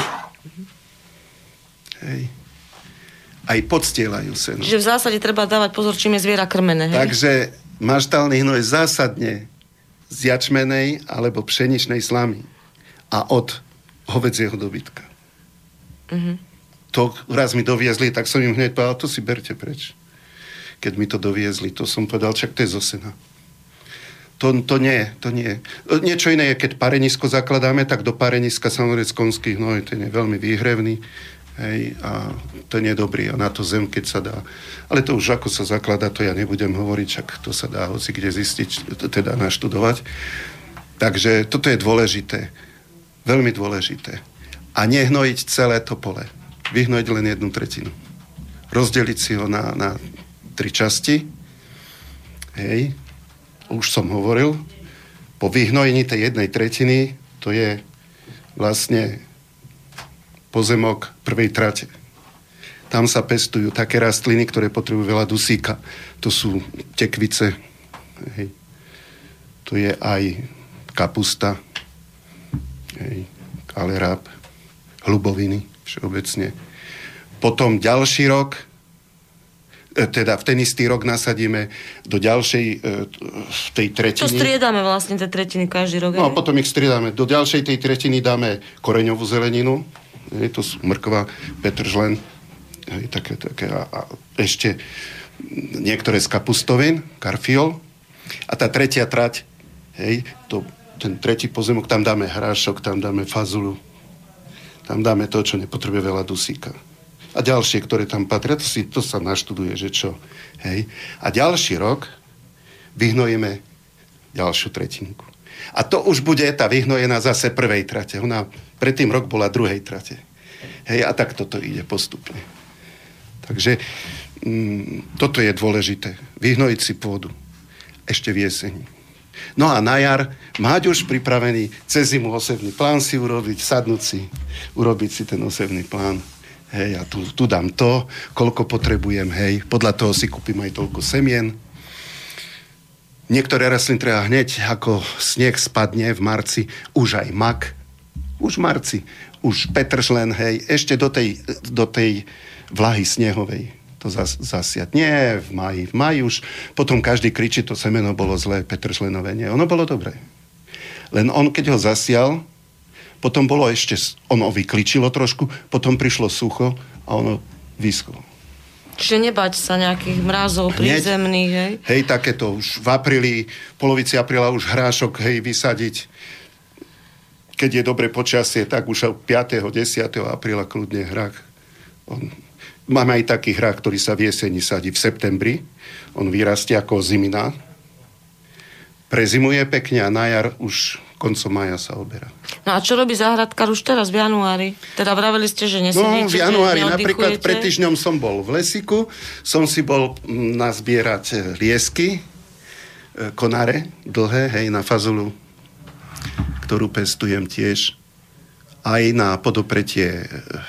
Hej. Aj podstielajú senom. Čiže v zásade treba dávať pozor, čím je zviera krmené. Hej? Takže maštálny hnoj zásadne z jačmenej alebo pšeničnej slamy a od hovedzieho dobytka. Uh-huh. To raz mi doviezli, tak som im hneď povedal, to si berte preč. Keď mi to doviezli, to som povedal, čak to je zo sena. To, to nie, to nie. Niečo iné je, keď parenisko zakladáme, tak do pareniska samozrejme konský hnoj, ten je veľmi výhrevný, hej, a to nie je dobrý a na to zem, keď sa dá. Ale to už ako sa zakladá, to ja nebudem hovoriť, čak to sa dá hoci kde zistiť, teda naštudovať. Takže toto je dôležité. Veľmi dôležité. A nehnojiť celé to pole. Vyhnojiť len jednu tretinu. Rozdeliť si ho na, na tri časti. Hej. Už som hovoril. Po vyhnojení tej jednej tretiny to je vlastne pozemok prvej trate. Tam sa pestujú také rastliny, ktoré potrebujú veľa dusíka. To sú tekvice. Hej. To je aj kapusta, hej, kaleráb, hluboviny všeobecne. Potom ďalší rok, teda v ten istý rok nasadíme do ďalšej v tej tretiny. To striedame vlastne tie tretiny každý rok. No a potom ich striedame. Do ďalšej tej tretiny dáme koreňovú zeleninu. Je to sú mrkva, petržlen, hej, také, také a, a ešte niektoré z kapustovín, karfiol. A tá tretia trať, hej, to ten tretí pozemok, tam dáme hrášok, tam dáme fazulu, tam dáme to, čo nepotrebuje veľa dusíka. A ďalšie, ktoré tam patria, to, si, to sa naštuduje, že čo. Hej. A ďalší rok vyhnojíme ďalšiu tretinku. A to už bude tá vyhnojená zase prvej trate. Ona predtým rok bola druhej trate. Hej, a tak toto ide postupne. Takže mm, toto je dôležité. Vyhnojiť si pôdu. Ešte v jeseni. No a na jar mať už pripravený cez zimu osevný plán si urobiť, sadnúť si, urobiť si ten osevný plán. Hej, a tu, tu dám to, koľko potrebujem, hej. Podľa toho si kúpim aj toľko semien. Niektoré rastliny treba hneď, ako sneh spadne v marci, už aj mak, už v marci, už petržlen, hej, ešte do tej, do tej vlahy snehovej to zas, zasiať. Nie v máji, v máji už potom každý kričí, to semeno bolo zlé, petržlenové, nie, ono bolo dobré. Len on, keď ho zasial, potom bolo ešte, ono vykličilo trošku, potom prišlo sucho a ono vyschlo. Čiže nebať sa nejakých mrazov prízemných, hej? Hej, takéto už v apríli, polovici apríla už hrášok, hej, vysadiť. Keď je dobre počasie, tak už piateho desiateho apríla kľudne hrách. On, máme aj taký hrách, ktorý sa v jeseni sadí v septembri. On vyrastie ako zimina. Prezimuje pekne a na jar už koncom mája sa oberá. No a čo robí záhradkár už teraz v januári? Teda vraveli ste, že nesedíte, no, v januári, že napríklad pred týždňom som bol v lesiku, som si bol nazbierať liesky, konáre dlhé, hej, na fazulu, ktorú pestujem tiež, aj na podopretie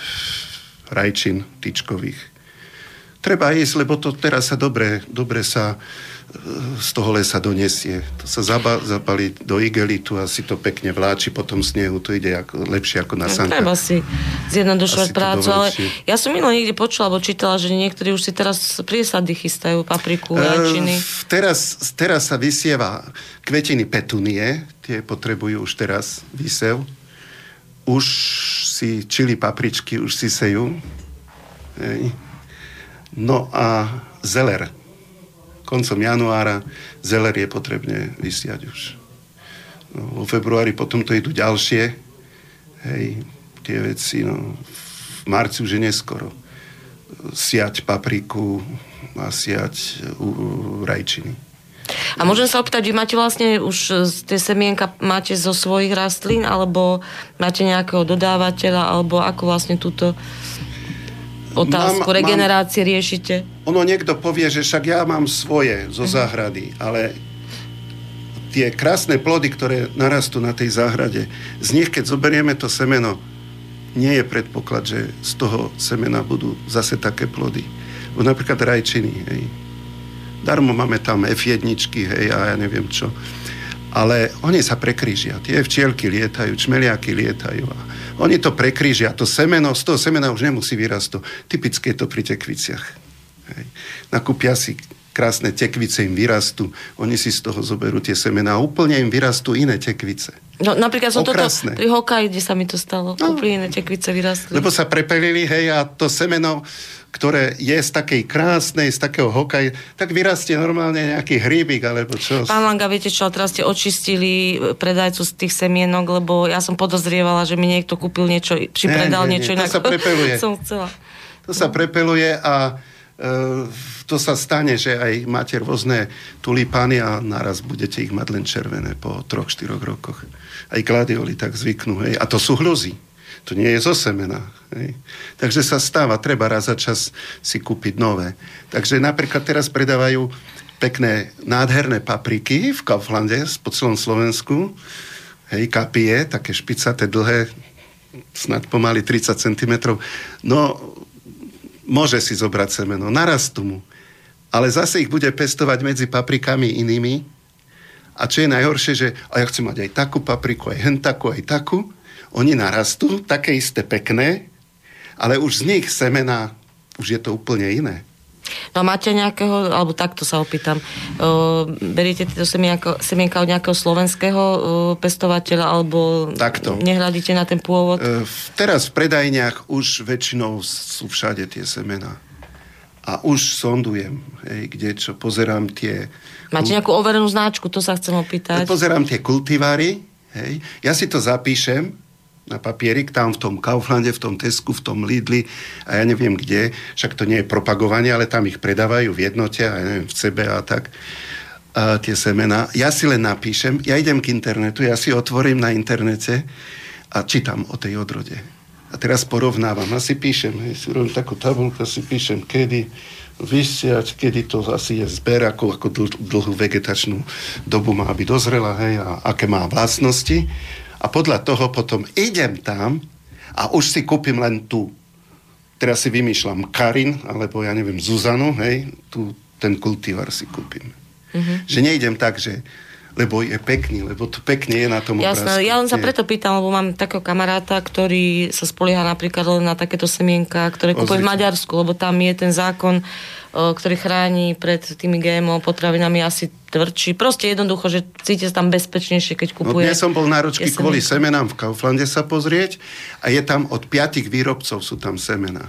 rajčín tyčkových. Treba ísť, lebo to teraz sa dobre, dobre sa z toho lesa donesie. To sa zaba, zapali do igelitu a si to pekne vláči po tom snehu. To ide ako, lepšie ako na sankách. Treba si zjednodušovať prácu, ale ja som minulé niekde počula, alebo čítala, že niektorí už si teraz priesady chystajú, papriku, rajčiny. E, teraz, teraz sa vysieva kvetiny petunie, tie potrebujú už teraz výsev. Už si čili papričky, už si sejú. Hej. No a zeler. Koncom januára zeler je potrebné vysiať už. No, vo februári potom to idú ďalšie. Hej, tie veci, no, v marci už je neskoro. Siať papriku a siať uh, rajčiny. A môžem sa opýtať, vy máte vlastne už tie semienka máte zo svojich rastlín, alebo máte nejakého dodávateľa, alebo ako vlastne túto otázku mám, regenerácie mám, riešite? Ono niekto povie, že však ja mám svoje zo záhrady, ale tie krásne plody, ktoré narastú na tej záhrade, z nich, keď zoberieme to semeno, nie je predpoklad, že z toho semena budú zase také plody. Bo napríklad rajčiny, hej. Darmo máme tam ef jedna, hej, a ja neviem čo. Ale oni sa prekrížia. Tie včielky lietajú, čmeliaky lietajú. A oni to prekrížia. To semeno, z toho semena už nemusí vyrastať. Typické je to pri tekviciach. Hej. Nakúpia si krásne tekvice, im vyrastú. Oni si z toho zoberú tie semená a úplne im vyrastú iné tekvice. No napríklad som Okrasné. toto pri Hokkaide sa mi to stalo. No, úplne iné tekvice vyrastli. Lebo sa prepelili, hej, a to semeno, ktoré je z takej krásnej, z takého Hokkaide, tak vyrastie normálne nejaký hríbik, alebo čo. Pán Langa, viete čo, teraz ste očistili predajcu z tých semienok, lebo ja som podozrievala, že mi niekto kúpil niečo, či nie, predal nie, niečo nie. inak. To sa prepeluje. som chcela. To sa prepeluje a e, to sa stane, že aj máte rôzne tulipány a naraz budete ich mať len červené po troch, štyroch rokoch. Aj gladioli tak zvyknú, hej. A to sú hľuzy. To nie je zo semena. Hej. Takže sa stáva, treba raz za čas si kúpiť nové. Takže napríklad teraz predávajú pekné, nádherné papriky v Kauflande po celom Slovensku. Hej, kapie, také špicaté, dlhé, snad pomaly tridsať centimetrov. No, môže si zobrať semeno, narastú mu. Ale zase ich bude pestovať medzi paprikami inými. A čo je najhoršie, že a ja chcem mať aj takú papriku, aj hen takú, aj takú. Oni narastú, také isté pekné, ale už z nich semena, už je to úplne iné. No máte nejakého, alebo takto sa opýtam, uh, beriete tieto semienka, semienka od nejakého slovenského uh, pestovateľa, alebo takto. Nehľadíte na ten pôvod? Uh, teraz v predajniach už väčšinou sú všade tie semená. A už sondujem, hej, kde čo, pozerám tie... Máte nejakú overenú značku, to sa chcem opýtať. Pozerám tie kultivary, hej, ja si to zapíšem na papierik, tam v tom Kauflande, v tom Tesku, v tom Lidli a ja neviem kde, však to nie je propagovanie, ale tam ich predávajú v jednote a ja neviem, v cé bé a tak, a tie semená. Ja si len napíšem, ja idem k internetu, ja si otvorím na internete a čítam o tej odrode. A teraz porovnávam, asi píšem, hej, si robím takú tabuľku, si píšem, kedy vysiať, kedy to asi je zber, ako, ako dl- dlhú vegetačnú dobu má byť dozrela, hej, a aké má vlastnosti. A podľa toho potom idem tam a už si kúpim len tú, teraz si vymýšľam Karin, alebo ja neviem, Zuzanu, hej, tu ten kultivar si kúpim. Mm-hmm. Že nejdem tak, že lebo je pekný, lebo to pekne je na tom obrázku. Jasné, ja len sa preto pýtam, lebo mám takého kamaráta, ktorý sa spolieha napríklad len na takéto semienka, ktoré kúpuje v Maďarsku, lebo tam je ten zákon, ktorý chráni pred tými gé em ó potravinami asi tvrdší. Proste jednoducho, že cíti sa tam bezpečnejšie, keď kupuje. No dnes som bol na ročky kvôli semenám v Kauflande sa pozrieť a je tam od piatich výrobcov sú tam semená.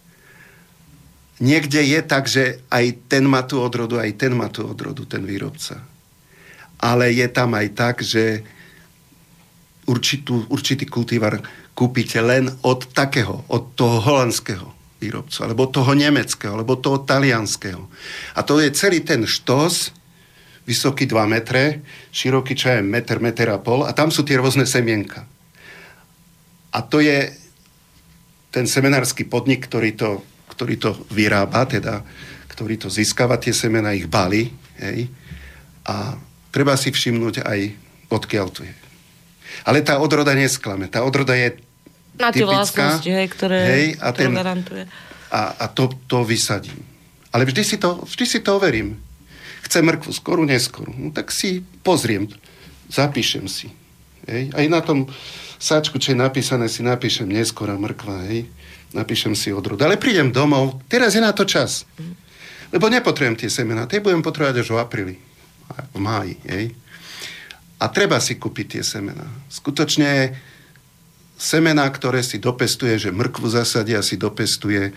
Niekde je tak, že aj ten má tú odrodu, aj ten má tú odrodu, ten výrobca. Ale je tam aj tak, že určitú, určitý kultívar kúpite len od takého, od toho holandského výrobcu, alebo toho nemeckého, alebo toho talianského. A to je celý ten štos, vysoký dva metre, široký čo je meter, meter a pol, a tam sú tie rôzne semienka. A to je ten semenársky podnik, ktorý to, ktorý to vyrába, teda, ktorý to získava, tie semena, ich balí, hej, a treba si všimnúť aj, odkiaľ to je. Ale tá odroda nesklame. Tá odroda je na tie typická, vlastnosti, hej, ktoré, hej, a ktoré ten, garantuje. A, a to, to vysadím. Ale vždy si to, vždy si to overím. Chce mrkvu skoru, neskoru. No tak si pozriem, zapíšem si. Hej. Aj na tom sáčku, čo je napísané, si napíšem neskorá mrkva. Hej. Napíšem si odrod. Ale prídem domov, teraz je na to čas. Lebo nepotrebujem tie semená. Tie budem potrebovať až v apríli. V máji, hej. A treba si kúpiť tie semená. Skutočne semená, ktoré si dopestuje, že mrkvu zasadia, si dopestuje,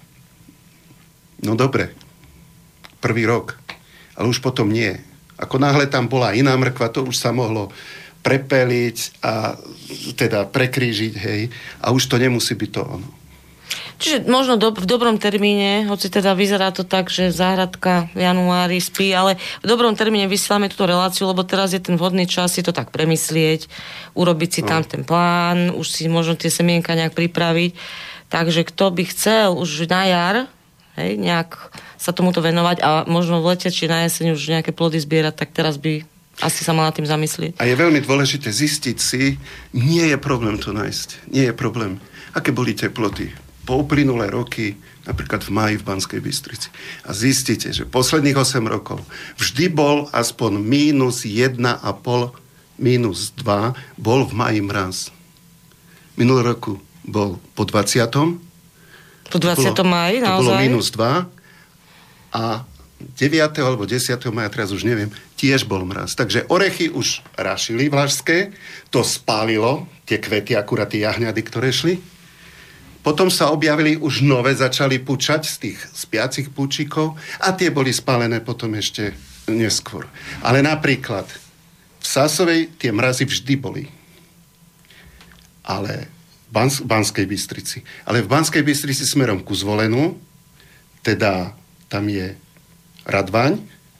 no dobre, prvý rok, ale už potom nie. Ako náhle tam bola iná mrkva, to už sa mohlo prepeliť a teda prekrížiť, hej, a už to nemusí byť to ono. Čiže možno do, v dobrom termíne, hoci teda vyzerá to tak, že záhradka v januári spí, ale v dobrom termíne vysielame túto reláciu, lebo teraz je ten vhodný čas si to tak premyslieť, urobiť si no. tam ten plán, už si možno tie semienka nejak pripraviť. Takže kto by chcel už na jar, hej, nejak sa tomuto venovať a možno v lete či na jeseň už nejaké plody zbierať, tak teraz by asi sa mal nad tým zamyslieť. A je veľmi dôležité zistiť si, nie je problém to nájsť. Nie je problém. Aké boli teploty po uplynulé roky, napríklad v máji v Banskej Bystrici. A zistíte, že posledných osem rokov vždy bol aspoň mínus jeden a pol, mínus dva, bol v máji mraz. Minulý roku bol po dvadsiatom Po dvadsiatom máji, naozaj? To bolo mínus dva a deviateho alebo desiateho mája, teraz už neviem, tiež bol mraz. Takže orechy už rašili vlašské, to spálilo, tie kvety, akurát tie jahňady, ktoré šli. Potom sa objavili už nové, začali pučať z tých spiacich púčikov a tie boli spálené potom ešte neskôr. Ale napríklad v Sásovej tie mrazy vždy boli. Ale v Bans- Banskej Bystrici. Ale v Banskej Bystrici smerom ku Zvolenu, teda tam je Radvaň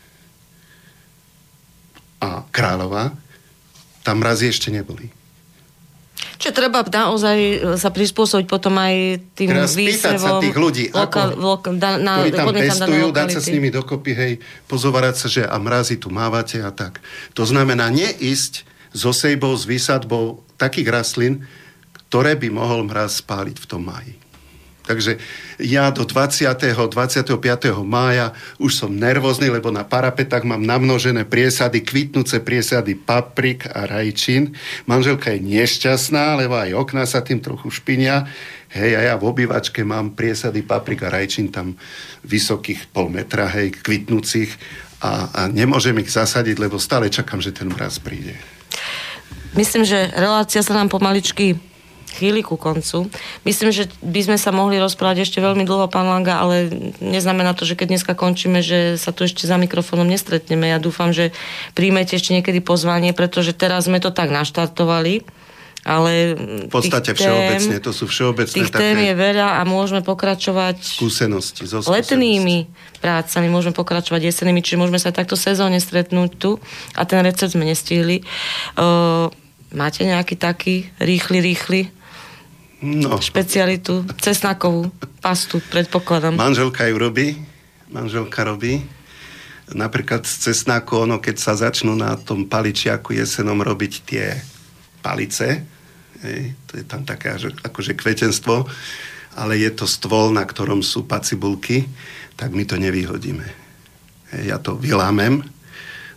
a Kráľová, tam mrazy ešte neboli. Čiže treba naozaj sa prispôsobiť potom aj tým teraz výsevom. Teraz pýtať sa tých ľudí, loka, ako, loka, da, na, ktorí tam pestujú, dať sa s nimi lokality. dokopy, hej, pozovárať sa, že a mrazy tu mávate a tak. To znamená neísť so sejbou, s výsadbou takých rastlín, ktoré by mohol mraz spáliť v tom máji. Takže ja do dvadsiateho dvadsiateho piateho mája už som nervózny, lebo na parapetách mám namnožené priesady, kvitnúce priesady paprik a rajčín. Manželka je nešťastná, lebo aj okná sa tým trochu špinia. Hej, a ja v obývačke mám priesady paprik a rajčín tam vysokých pol metra, hej, kvitnúcich a, a nemôžem ich zasadiť, lebo stále čakám, že ten mraz príde. Myslím, že relácia sa nám pomaličky chýli ku koncu. Myslím, že by sme sa mohli rozprávať ešte veľmi dlho, pán Langa, ale neznamená to, že keď dneska končíme, že sa tu ešte za mikrofónom nestretneme. Ja dúfam, že príjmete ešte niekedy pozvanie, pretože teraz sme to tak naštartovali, ale v podstate tém, všeobecne, to sú všeobecné tých tém je veľa a môžeme pokračovať skúsenosti, zo skúsenosti. letnými prácami, môžeme pokračovať jesenými, čiže môžeme sa takto sezónne stretnúť tu a ten recept sme nestihli. Uh, máte nejaký taký rýchly, rýchly No. špecialitu, cesnakovú pastu, predpokladám. Manželka ju robí, manželka robí. Napríklad z cesnáku, ono, keď sa začnú na tom paličiaku jesenom robiť tie palice, hej, to je tam také akože kvetenstvo, ale je to stôl, na ktorom sú pacibulky, tak my to nevyhodíme. Hej, ja to vylámem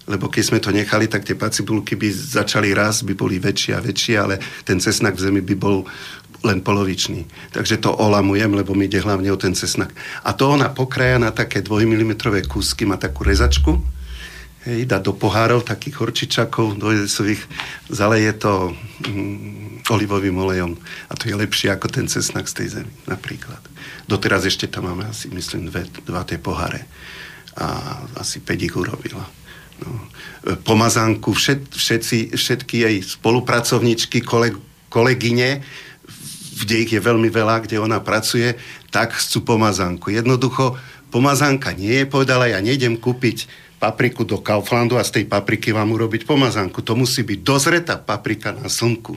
lebo keď sme to nechali, tak tie pacibulky by začali rásť, by boli väčšie a väčšie, ale ten cesnak v zemi by bol len polovičný. Takže to olamujem, lebo mi ide hlavne o ten cesnak. A to ona pokraja na také dvojmilimetrové kúsky, má takú rezačku, hej, dá do pohárov takých horčičakov dvojdecových, zaleje to mm, olivovým olejom a to je lepšie ako ten cesnak z tej zemi, napríklad. Doteraz ešte tam máme asi, myslím, dve, dva tie poháre a asi päť ich urobila. No. Pomazánku všet, všetci, všetky jej spolupracovníčky, koleg, kolegyne, kde ich je veľmi veľa, kde ona pracuje, tak chcú pomazánku. Jednoducho, pomazánka nie je, povedala, ja nejdem kúpiť papriku do Kauflandu a z tej papriky vám urobiť pomazánku. To musí byť dozretá paprika na slnku.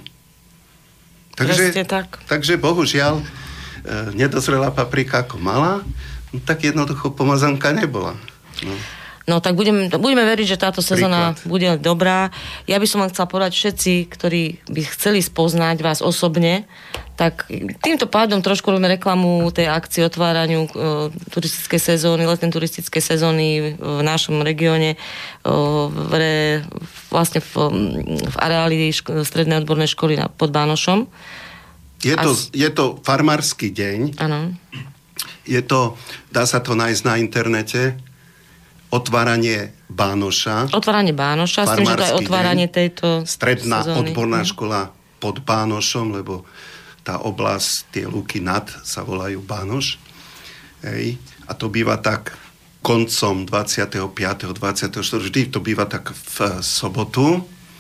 Takže, tak. takže bohužiaľ, e, nedozrela paprika ako malá, no, tak jednoducho pomazánka nebola. No. No tak budem, budeme veriť, že táto sezóna Príklad. bude dobrá. Ja by som len chcela povedať všetci, ktorí by chceli spoznať vás osobne, tak týmto pádom trošku robíme reklamu tej akcii otváraniu e, turistickej sezóny, letnej turistickej sezóny v našom regióne, e, v re, vlastne v, v areáli ško, strednej odbornej školy na, pod Bánošom. Je to, As... je to farmársky deň. Áno. Je to, dá sa to nájsť na internete, otváranie Bánoša. Otváranie Bánoša, s tým, že to je otváranie deň, tejto stredná sezóny. odborná škola pod Bánošom, lebo tá oblasť, tie lúky nad sa volajú Bánoš. Hej. A to býva tak koncom dvadsiateho piateho dvadsiateho štvrtého Vždy to býva tak v sobotu,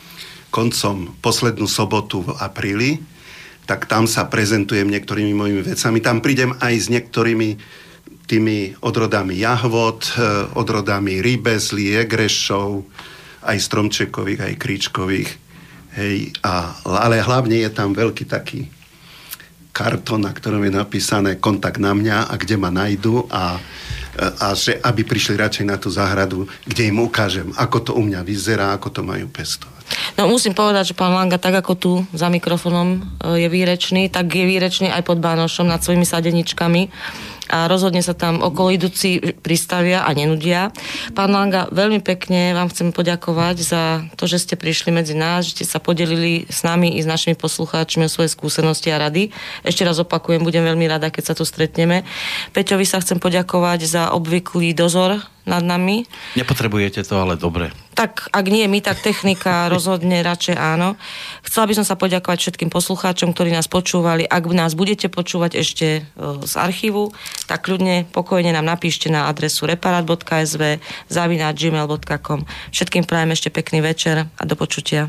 koncom poslednú sobotu v apríli, tak tam sa prezentujem niektorými mojimi vecami. Tam prídem aj s niektorými tými odrodami jahvod, odrodami rýbezlí, egrešov, aj stromčekových, aj kríčkových. Hej, a, ale hlavne je tam veľký taký kartón, na ktorom je napísané kontakt na mňa a kde ma nájdu a, a že aby prišli radšej na tú záhradu, kde im ukážem, ako to u mňa vyzerá, ako to majú pestovať. No musím povedať, že pán Langa, tak ako tu za mikrofonom je výrečný, tak je výrečný aj pod Bánošom nad svojimi sadeničkami a rozhodne sa tam okolo idúci pristavia a nenudia. Pán Langa, veľmi pekne vám chcem poďakovať za to, že ste prišli medzi nás, že ste sa podelili s nami i s našimi poslucháčmi o svoje skúsenosti a rady. Ešte raz opakujem, budem veľmi rada, keď sa tu stretneme. Peťovi sa chcem poďakovať za obvyklý dozor nad nami. Nepotrebujete to, ale dobre. Tak, ak nie my, tak technika rozhodne radšej áno. Chcela by som sa poďakovať všetkým poslucháčom, ktorí nás počúvali. Ak nás budete počúvať ešte z archívu, tak ľudne, pokojne nám napíšte na adresu reparát bodka es vé zavináč gmail bodka com. Všetkým prajem ešte pekný večer a do počutia.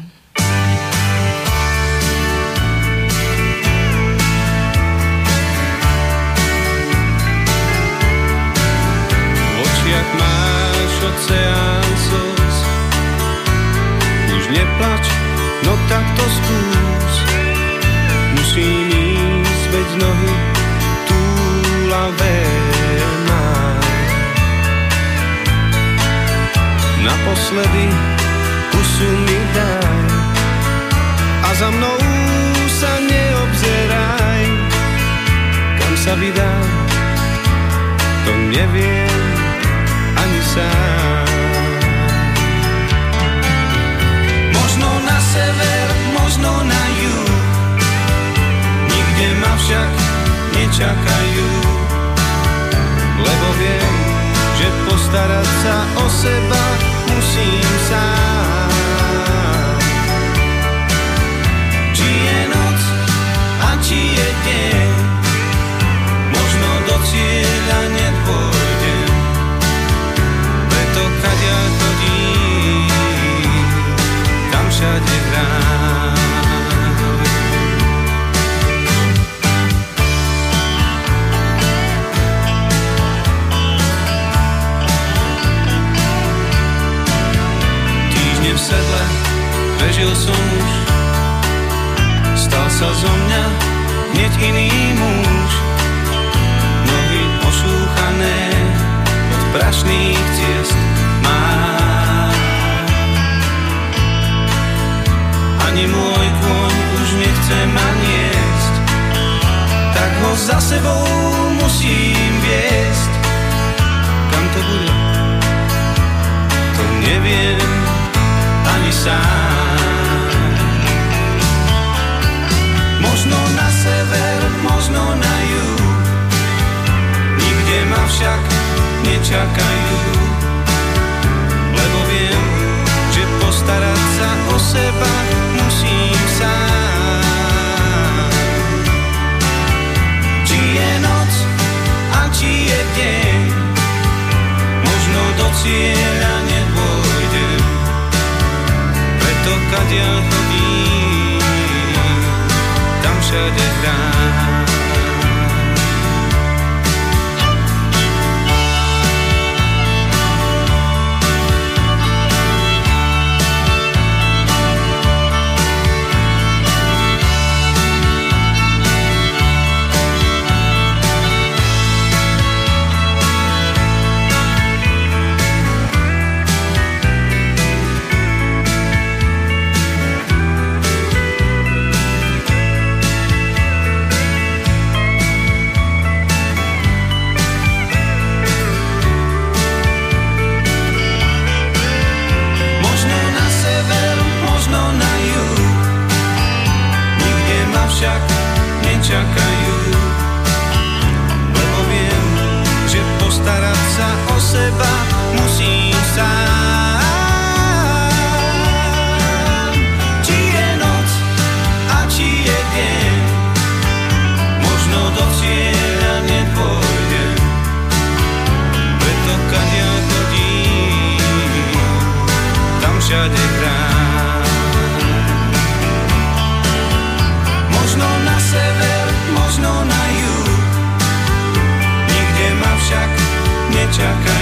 Oceán slz. Už neplač, no tak to skús. Musím ísť, veď nohy túlavé mám. Naposledy pusu mi daj a za mnou sa neobzeraj. Kam sa vydám, to neviem ani sám. Možno na sever, možno na juh, nikde ma však nečakajú, lebo viem, že postarať sa o seba musím sám. Či je noc a či je deň, možno do cieľa nedôjdem, to kadia chodí, tam všade hrám. Týždne v sedle prežil som už, stal sa zo mňa hneď iný muž. Nohy ošúchané od prašných ciest mám. Ani môj kôň už nechce ma niesť, tak ho za sebou musím viesť. Kam to bude, to neviem sám. Možno na sever, možno na juh, nikde ma však nečakajú, lebo viem, že postarať sa o seba musím sám. Či je noc a či je deň, možno do cieľa nedôjdem, preto kadiaľ chodím, tam všade hrám. Však nečakajú, lebo viem, že postarať sa o seba musím sám. Či je noc a či je deň, možno do cieľa nepôjdem, preto kadiaľ chodím, tam všade hrám. Možno na sever, možno na juh, nikde ma však nečaká.